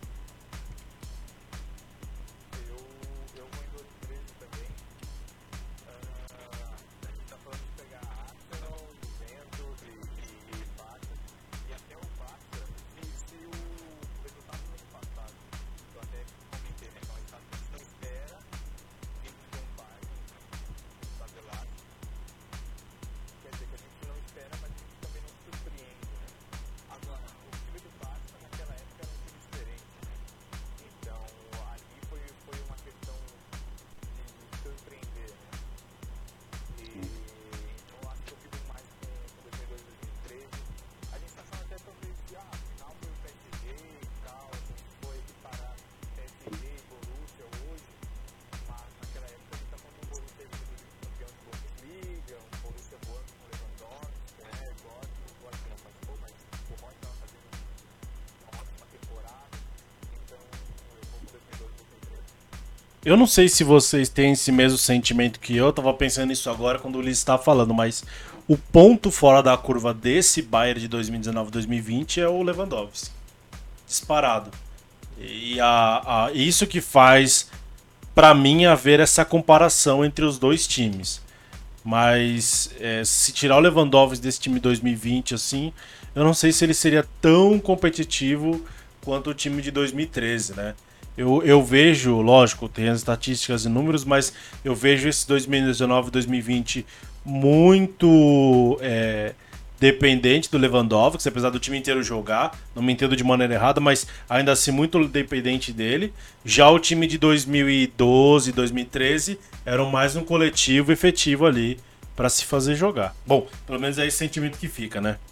Eu não sei se vocês têm esse mesmo sentimento que eu tava pensando nisso agora quando o Ulisses estava falando, mas o ponto fora da curva desse Bayern de 2019-2020 é o Lewandowski. Disparado. E isso que faz, pra mim, haver essa comparação entre os dois times. Mas se tirar o Lewandowski desse time 2020, assim, eu não sei se ele seria tão competitivo quanto o time de 2013, né? Eu vejo, lógico, tem as estatísticas e números, mas eu vejo esse 2019 e 2020 muito dependente do Lewandowski, apesar do time inteiro jogar, não me entendo de maneira errada, mas ainda assim muito dependente dele. Já o time de 2012, 2013 era mais um coletivo efetivo ali para se fazer jogar. Bom, pelo menos é esse sentimento que fica, né?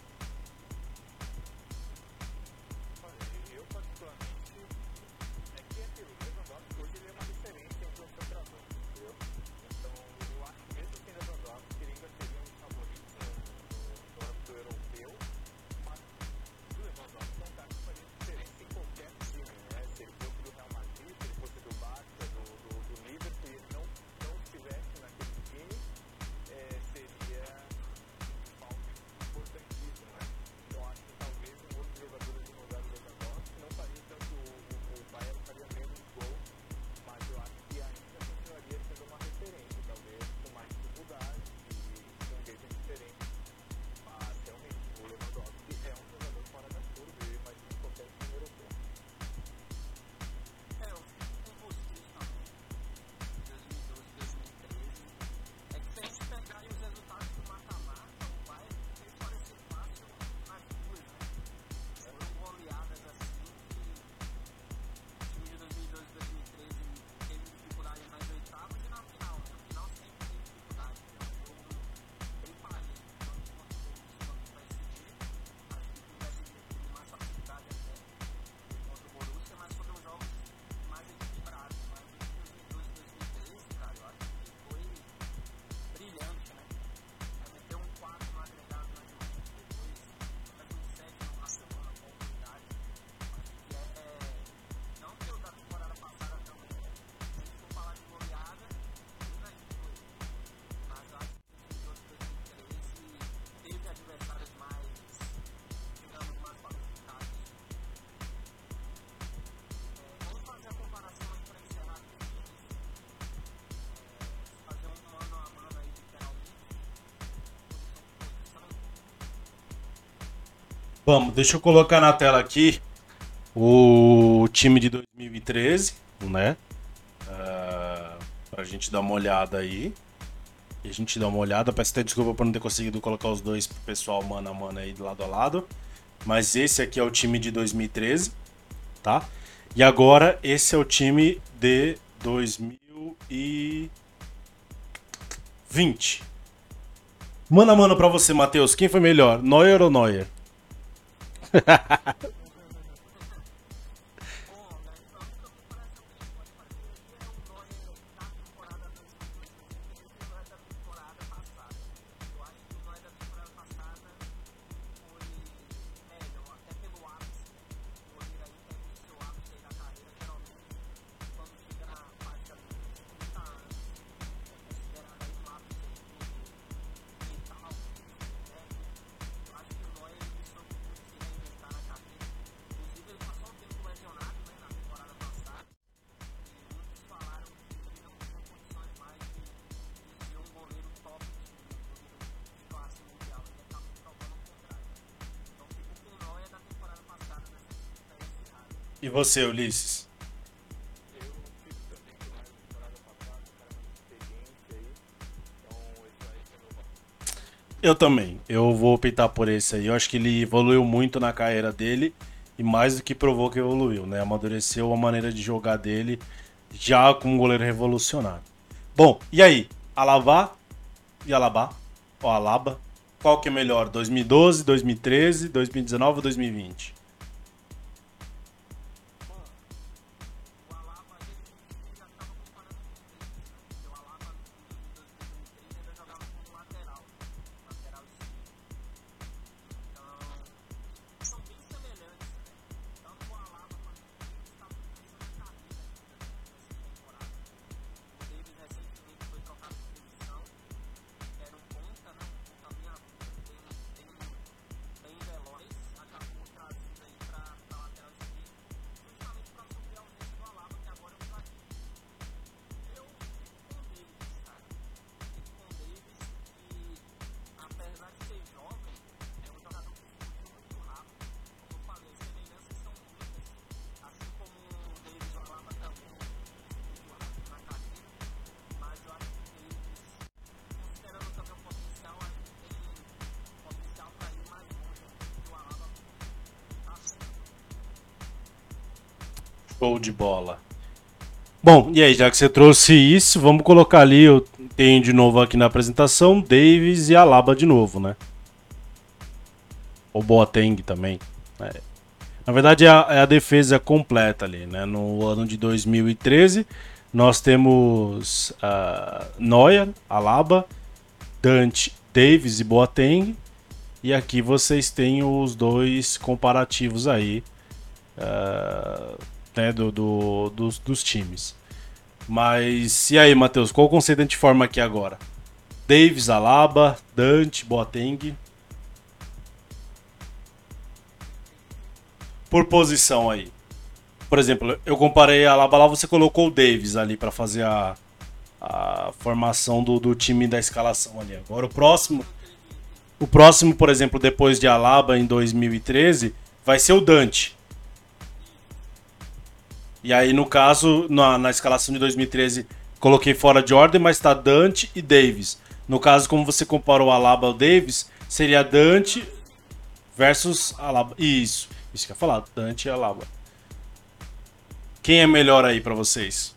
Vamos, deixa eu colocar na tela aqui o time de 2013, né? Pra gente dar uma olhada aí. E a gente dá uma olhada. Peço até desculpa por não ter conseguido colocar os dois pro pessoal mano a mano aí, lado a lado. Mas esse aqui é o time de 2013, tá? E agora esse é o time de 2020. Mano a mano pra você, Matheus. Quem foi melhor, Neuer ou Neuer? E você, Ulisses? Eu também. Eu vou optar por esse aí. Eu acho que ele evoluiu muito na carreira dele e mais do que provou que evoluiu, né? Amadureceu a maneira de jogar dele já como um goleiro revolucionário. Bom, e aí? Alaba e Alaba? Ou Alaba? Qual que é melhor? 2012, 2013, 2019 ou 2020? Show de bola. Bom, e aí, já que você trouxe isso, vamos colocar ali, eu tenho de novo aqui na apresentação, Davis e Alaba de novo, né? Ou Boateng também. Né? Na verdade, é a defesa completa ali, né? No ano de 2013, nós temos Neuer, Alaba, Dante, Davis e Boateng. E aqui vocês têm os dois comparativos aí, né, dos times. Mas e aí, Matheus, qual o conceito a gente forma aqui agora? Davis, Alaba, Dante, Boateng. Por posição aí. Por exemplo, eu comparei a Alaba lá, você colocou o Davis ali para fazer a formação do time da escalação ali. Agora o próximo, por exemplo, depois de Alaba em 2013, vai ser o Dante. E aí, no caso, na escalação de 2013, coloquei fora de ordem, mas tá Dante e Davis. No caso, como você comparou Alaba ao Davis, seria Dante versus Alaba. Isso que eu ia falar, Dante e Alaba. Quem é melhor aí pra vocês?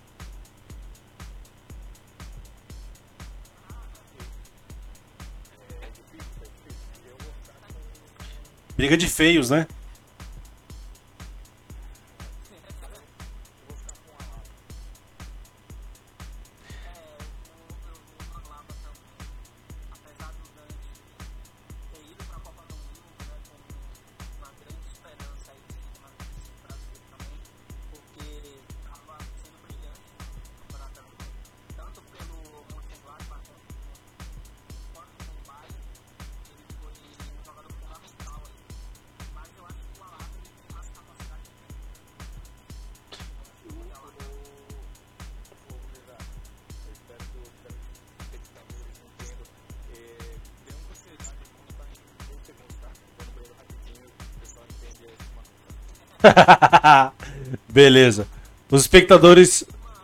Briga de feios, né? Beleza. Os espectadores.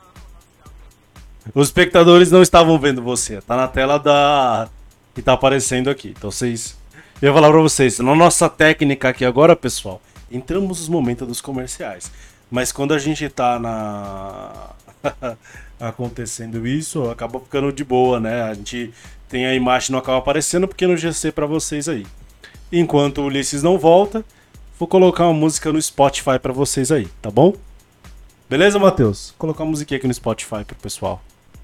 Os espectadores não estavam vendo você. Tá na tela da. Que tá aparecendo aqui. Então vocês. Eu ia falar pra vocês. Na nossa técnica aqui agora, pessoal. Entramos nos momentos dos comerciais. Mas quando a gente tá na. Acontecendo isso, acaba ficando de boa, né? A gente tem a imagem não acaba aparecendo porque no GC pra vocês aí. Enquanto o Ulisses não volta, vou colocar uma música no Spotify pra vocês aí, tá bom? Beleza, Matheus? Vou colocar uma musiquinha aqui no Spotify pro pessoal.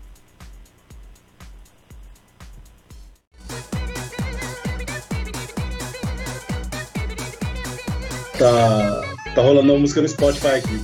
Tá rolando uma música no Spotify aqui.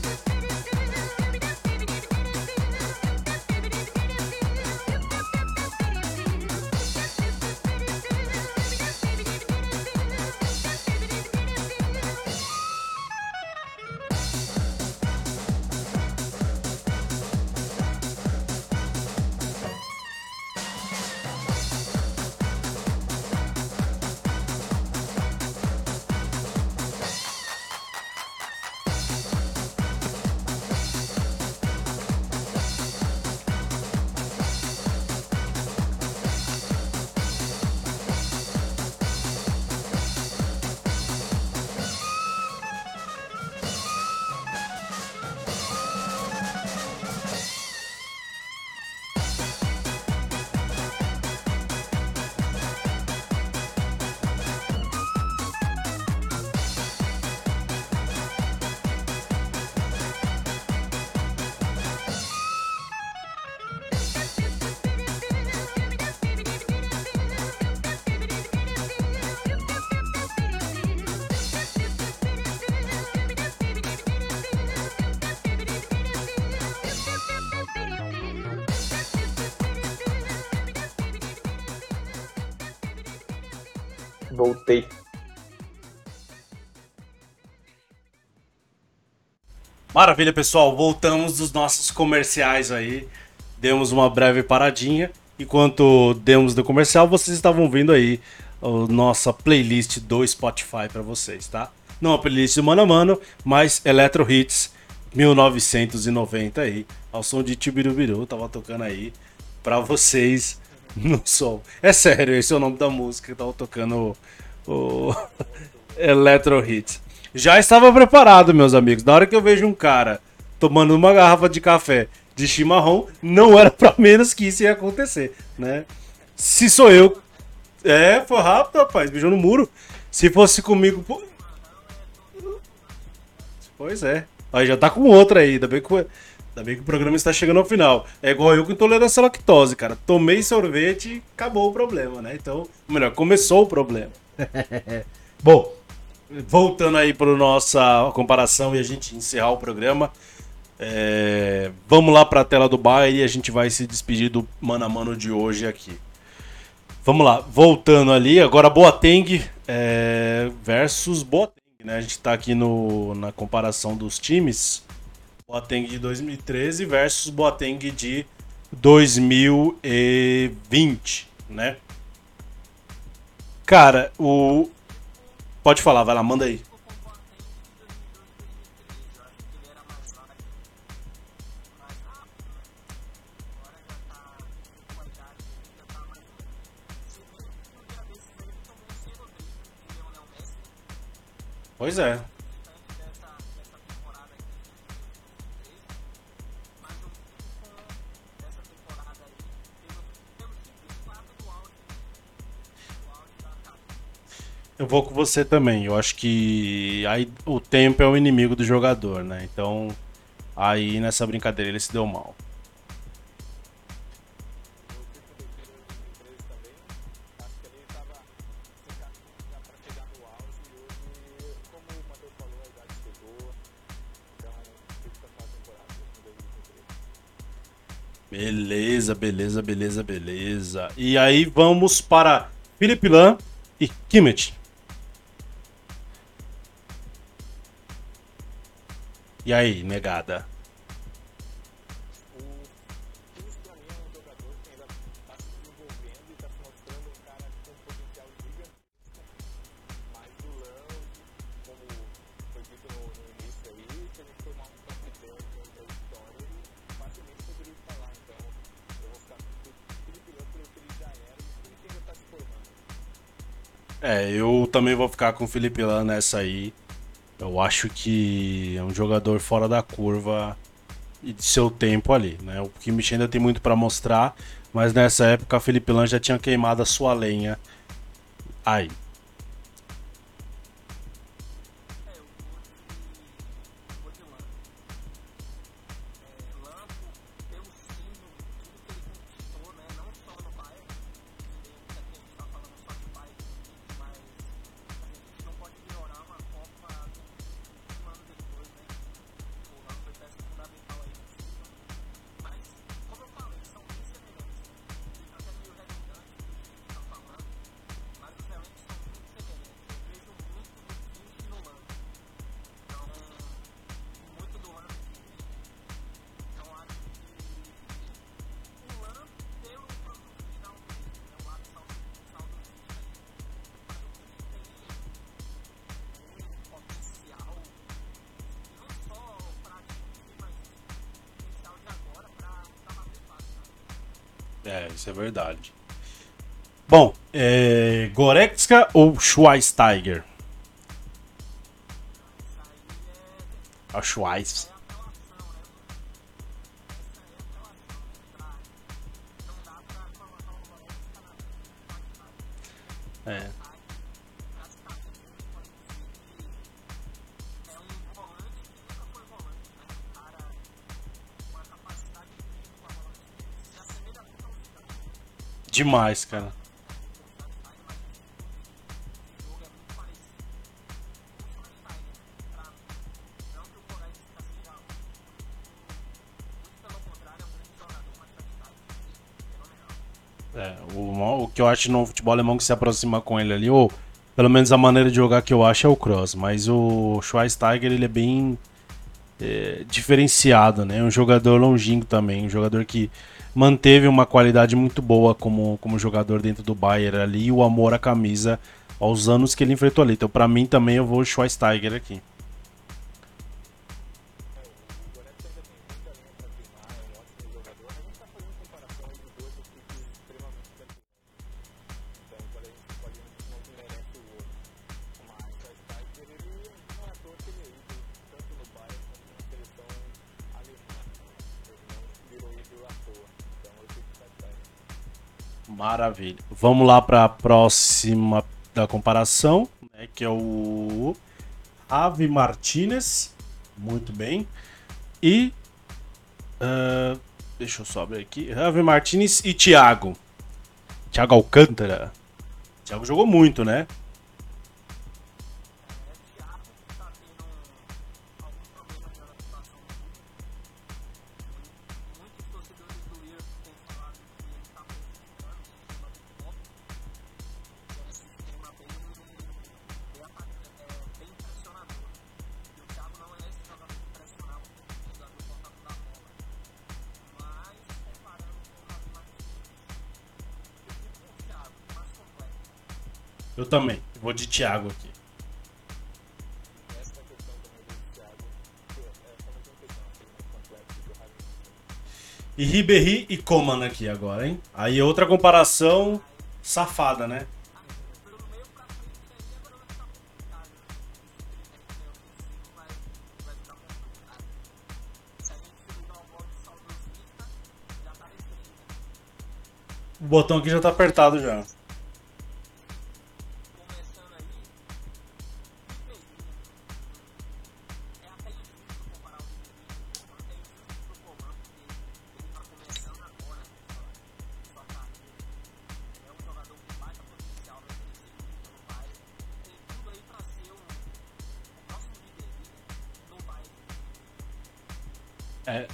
Voltei. Maravilha, pessoal. Voltamos dos nossos comerciais aí. Demos uma breve paradinha. Enquanto demos do comercial, vocês estavam vendo aí a nossa playlist do Spotify para vocês, tá? Não a playlist do Mano a Mano, mas Electro Hits 1990 aí. Ao som de Tibirubiru, tava tocando aí pra vocês no som. É sério, esse é o nome da música que tava tocando o Electro Hits. Já estava preparado, meus amigos. Na hora que eu vejo um cara tomando uma garrafa de café de chimarrão, não era pra menos que isso ia acontecer, né? Se sou eu. É, foi rápido, rapaz. Beijou no muro. Se fosse comigo. Pois é. Aí já tá com outra aí. Ainda bem que o programa está chegando ao final. É igual eu com intolerância à lactose, cara. Tomei sorvete e acabou o problema, né? Então, melhor, começou o problema. Bom, voltando aí para nossa comparação e a gente encerrar o programa. Vamos lá para a tela do baile e a gente vai se despedir do mano a mano de hoje aqui. Vamos lá, voltando ali, agora Boateng versus Boateng, né? A gente tá aqui na comparação dos times. Boateng de 2013 versus Boateng de 2020, né? Cara, Pode falar, vai lá, manda aí. Pois é. Eu vou com você também. Eu acho que aí o tempo é o inimigo do jogador, né? Então, aí nessa brincadeira ele se deu mal. Beleza, beleza, beleza, beleza. E aí vamos para Felipe Lan e Kimmich. E aí, negada? Eu também vou ficar com o Felipe Lan nessa aí. Eu acho que é um jogador fora da curva e de seu tempo ali, né? O Kimmich ainda tem muito para mostrar, mas nessa época o Felipe Lan já tinha queimado a sua lenha aí. Isso é verdade. Bom, Goretzka ou Schweinsteiger? A Schweiz. É. Demais, cara. O que eu acho no futebol alemão que se aproxima com ele ali, ou pelo menos a maneira de jogar que eu acho é o Kroos. Mas o Schweinsteiger ele é bem diferenciado, né? Um jogador longínquo também, um jogador que manteve uma qualidade muito boa como jogador dentro do Bayern ali, e o amor à camisa aos anos que ele enfrentou ali. Então, pra mim também eu vou Schweinsteiger aqui. Maravilha. Vamos lá para a próxima da comparação, né, que é o Javi Martinez. Muito bem. E. Deixa eu só abrir aqui. Javi Martinez e Thiago. Thiago Alcântara. Thiago jogou muito, né? Eu também. Vou de Thiago aqui. E Ribéry e Coman aqui agora, hein? Aí outra comparação safada, né? O botão aqui já tá apertado já. É,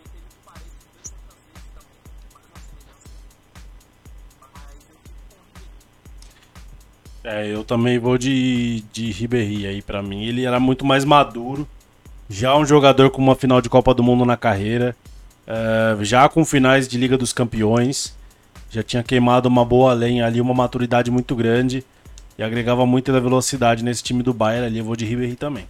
eu também vou de Ribéry aí pra mim. Ele era muito mais maduro. Já um jogador com uma final de Copa do Mundo na carreira. Já com finais de Liga dos Campeões. Já tinha queimado uma boa lenha ali, uma maturidade muito grande. E agregava muito da velocidade nesse time do Bayern ali. Eu vou de Ribéry também.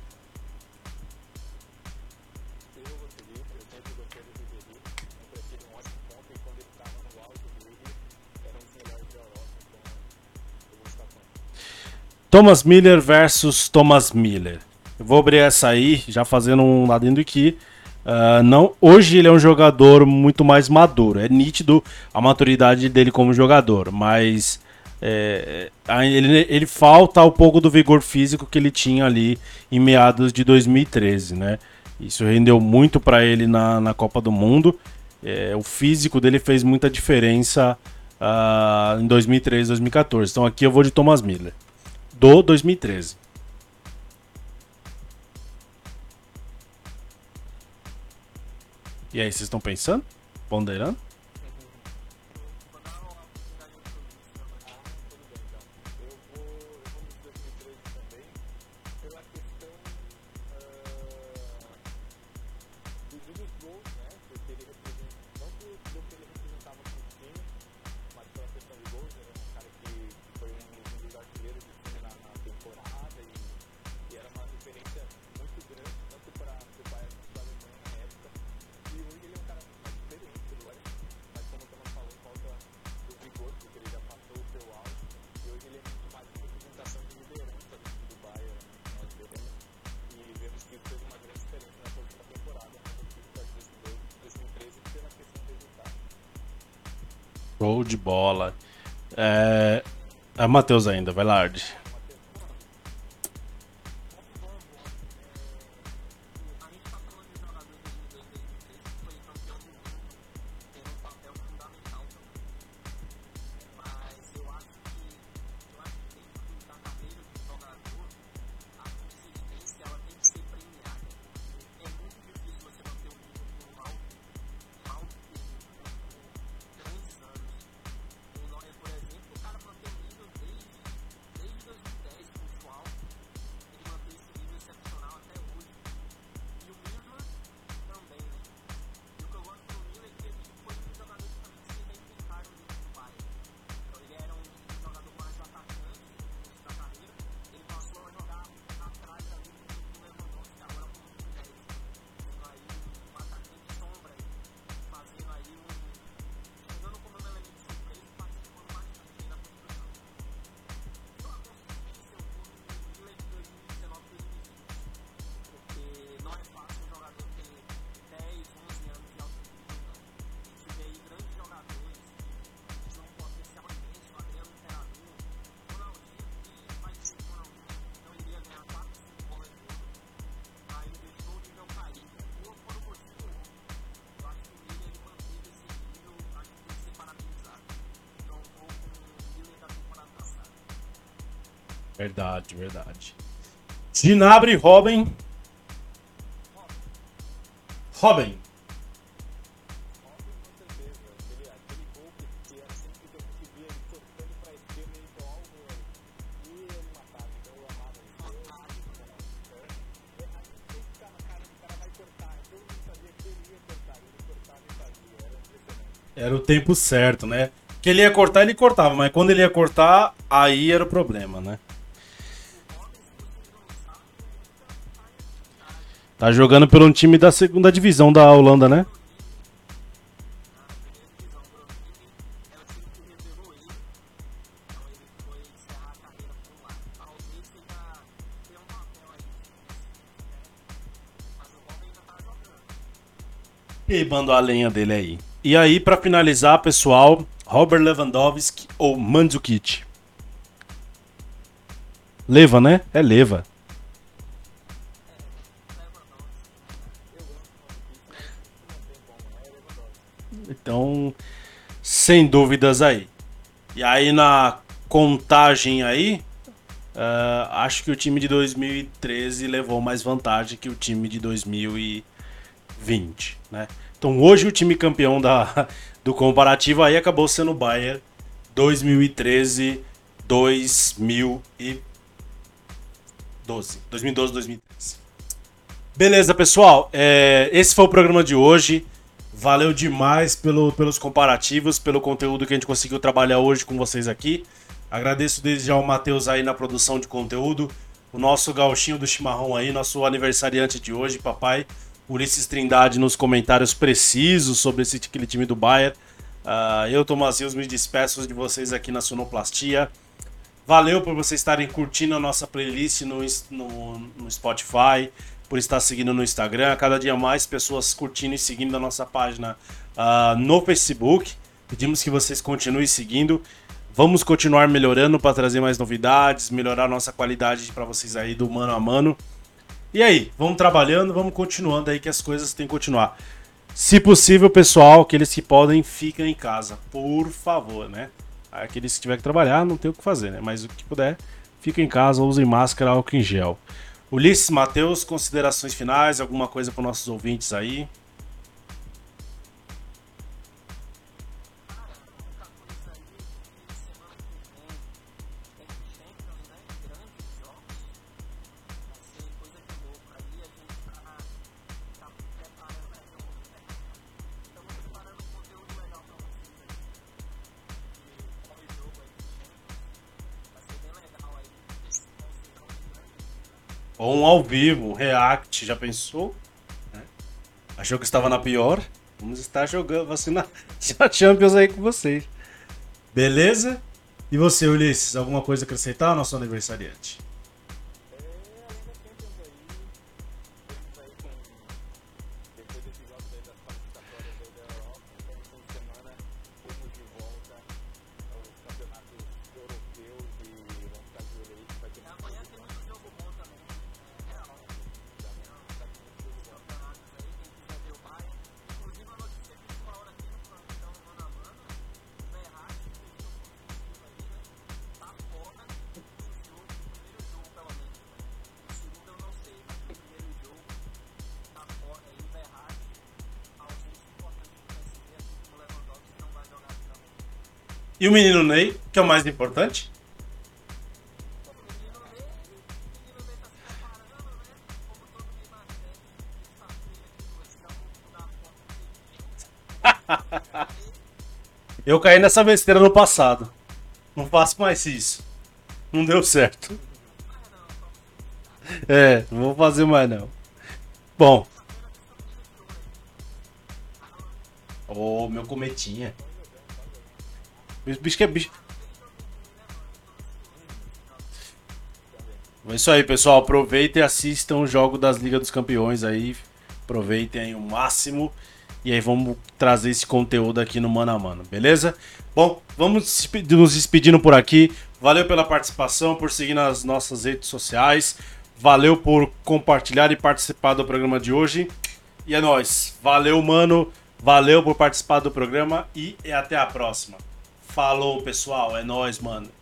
Thomas Miller versus Thomas Miller. Eu vou abrir essa aí, já fazendo um adendo aqui. Não, hoje ele é um jogador muito mais maduro. É nítido a maturidade dele como jogador, mas ele falta um pouco do vigor físico que ele tinha ali em meados de 2013, né? Isso rendeu muito para ele na Copa do Mundo. O físico dele fez muita diferença em 2013, 2014. Então aqui eu vou de Thomas Miller, do 2013. E aí, vocês estão pensando? Ponderando? Show de bola. É Matheus ainda, vai lá, Ard. Verdade, verdade. Gnabry, Robin. Robin. Era o tempo certo, né? Que ele ia cortar, ele cortava, mas quando ele ia cortar, aí era o problema, né? Tá jogando por um time da segunda divisão da Holanda, né? Queimando a lenha dele aí. E aí, pra finalizar, pessoal, Robert Lewandowski ou Mandzukic? Leva, né? É Leva. Então, sem dúvidas aí. E aí na contagem aí, acho que o time de 2013 levou mais vantagem que o time de 2020, né? Então hoje o time campeão do comparativo aí acabou sendo o Bayern 2013, 2012, 2012, 2013. Beleza, pessoal. Esse foi o programa de hoje. Valeu demais pelos comparativos, pelo conteúdo que a gente conseguiu trabalhar hoje com vocês aqui. Agradeço desde já ao Matheus aí na produção de conteúdo, o nosso gauchinho do chimarrão aí, nosso aniversariante de hoje, papai. Ulisses Trindade nos comentários precisos sobre aquele time do Bayern. Eu, Tomás Rios, me despeço de vocês aqui na Sonoplastia. Valeu por vocês estarem curtindo a nossa playlist no Spotify, por estar seguindo no Instagram. Cada dia mais pessoas curtindo e seguindo a nossa página no Facebook. Pedimos que vocês continuem seguindo. Vamos continuar melhorando para trazer mais novidades, melhorar a nossa qualidade para vocês aí do mano a mano. E aí, vamos trabalhando, vamos continuando aí que as coisas têm que continuar. Se possível, pessoal, aqueles que podem, fiquem em casa, por favor, né? Aqueles que tiver que trabalhar, não tem o que fazer, né? Mas o que puder, fiquem em casa, usem máscara, álcool em gel. Ulisses, Matheus, considerações finais, alguma coisa para os nossos ouvintes aí? Ou um ao vivo, um react, já pensou? Achou que estava na pior? Vamos estar jogando, vacinando a Champions aí com vocês. Beleza? E você, Ulisses, alguma coisa a acrescentar ao nosso aniversariante? E o menino Ney, que é o mais importante? Eu caí nessa besteira no passado. Não faço mais isso. Não deu certo. Não vou fazer mais não. Bom. Ô, meu cometinha. Bicho que é bicho. É isso aí, pessoal. Aproveitem e assistam o jogo das Ligas dos Campeões aí. Aproveitem aí o máximo. E aí vamos trazer esse conteúdo aqui no Mano a Mano, beleza? Bom, vamos nos despedindo por aqui. Valeu pela participação, por seguir nas nossas redes sociais. Valeu por compartilhar e participar do programa de hoje. E é nóis. Valeu, mano. Valeu por participar do programa e até a próxima. Falou, pessoal. É nóis, mano.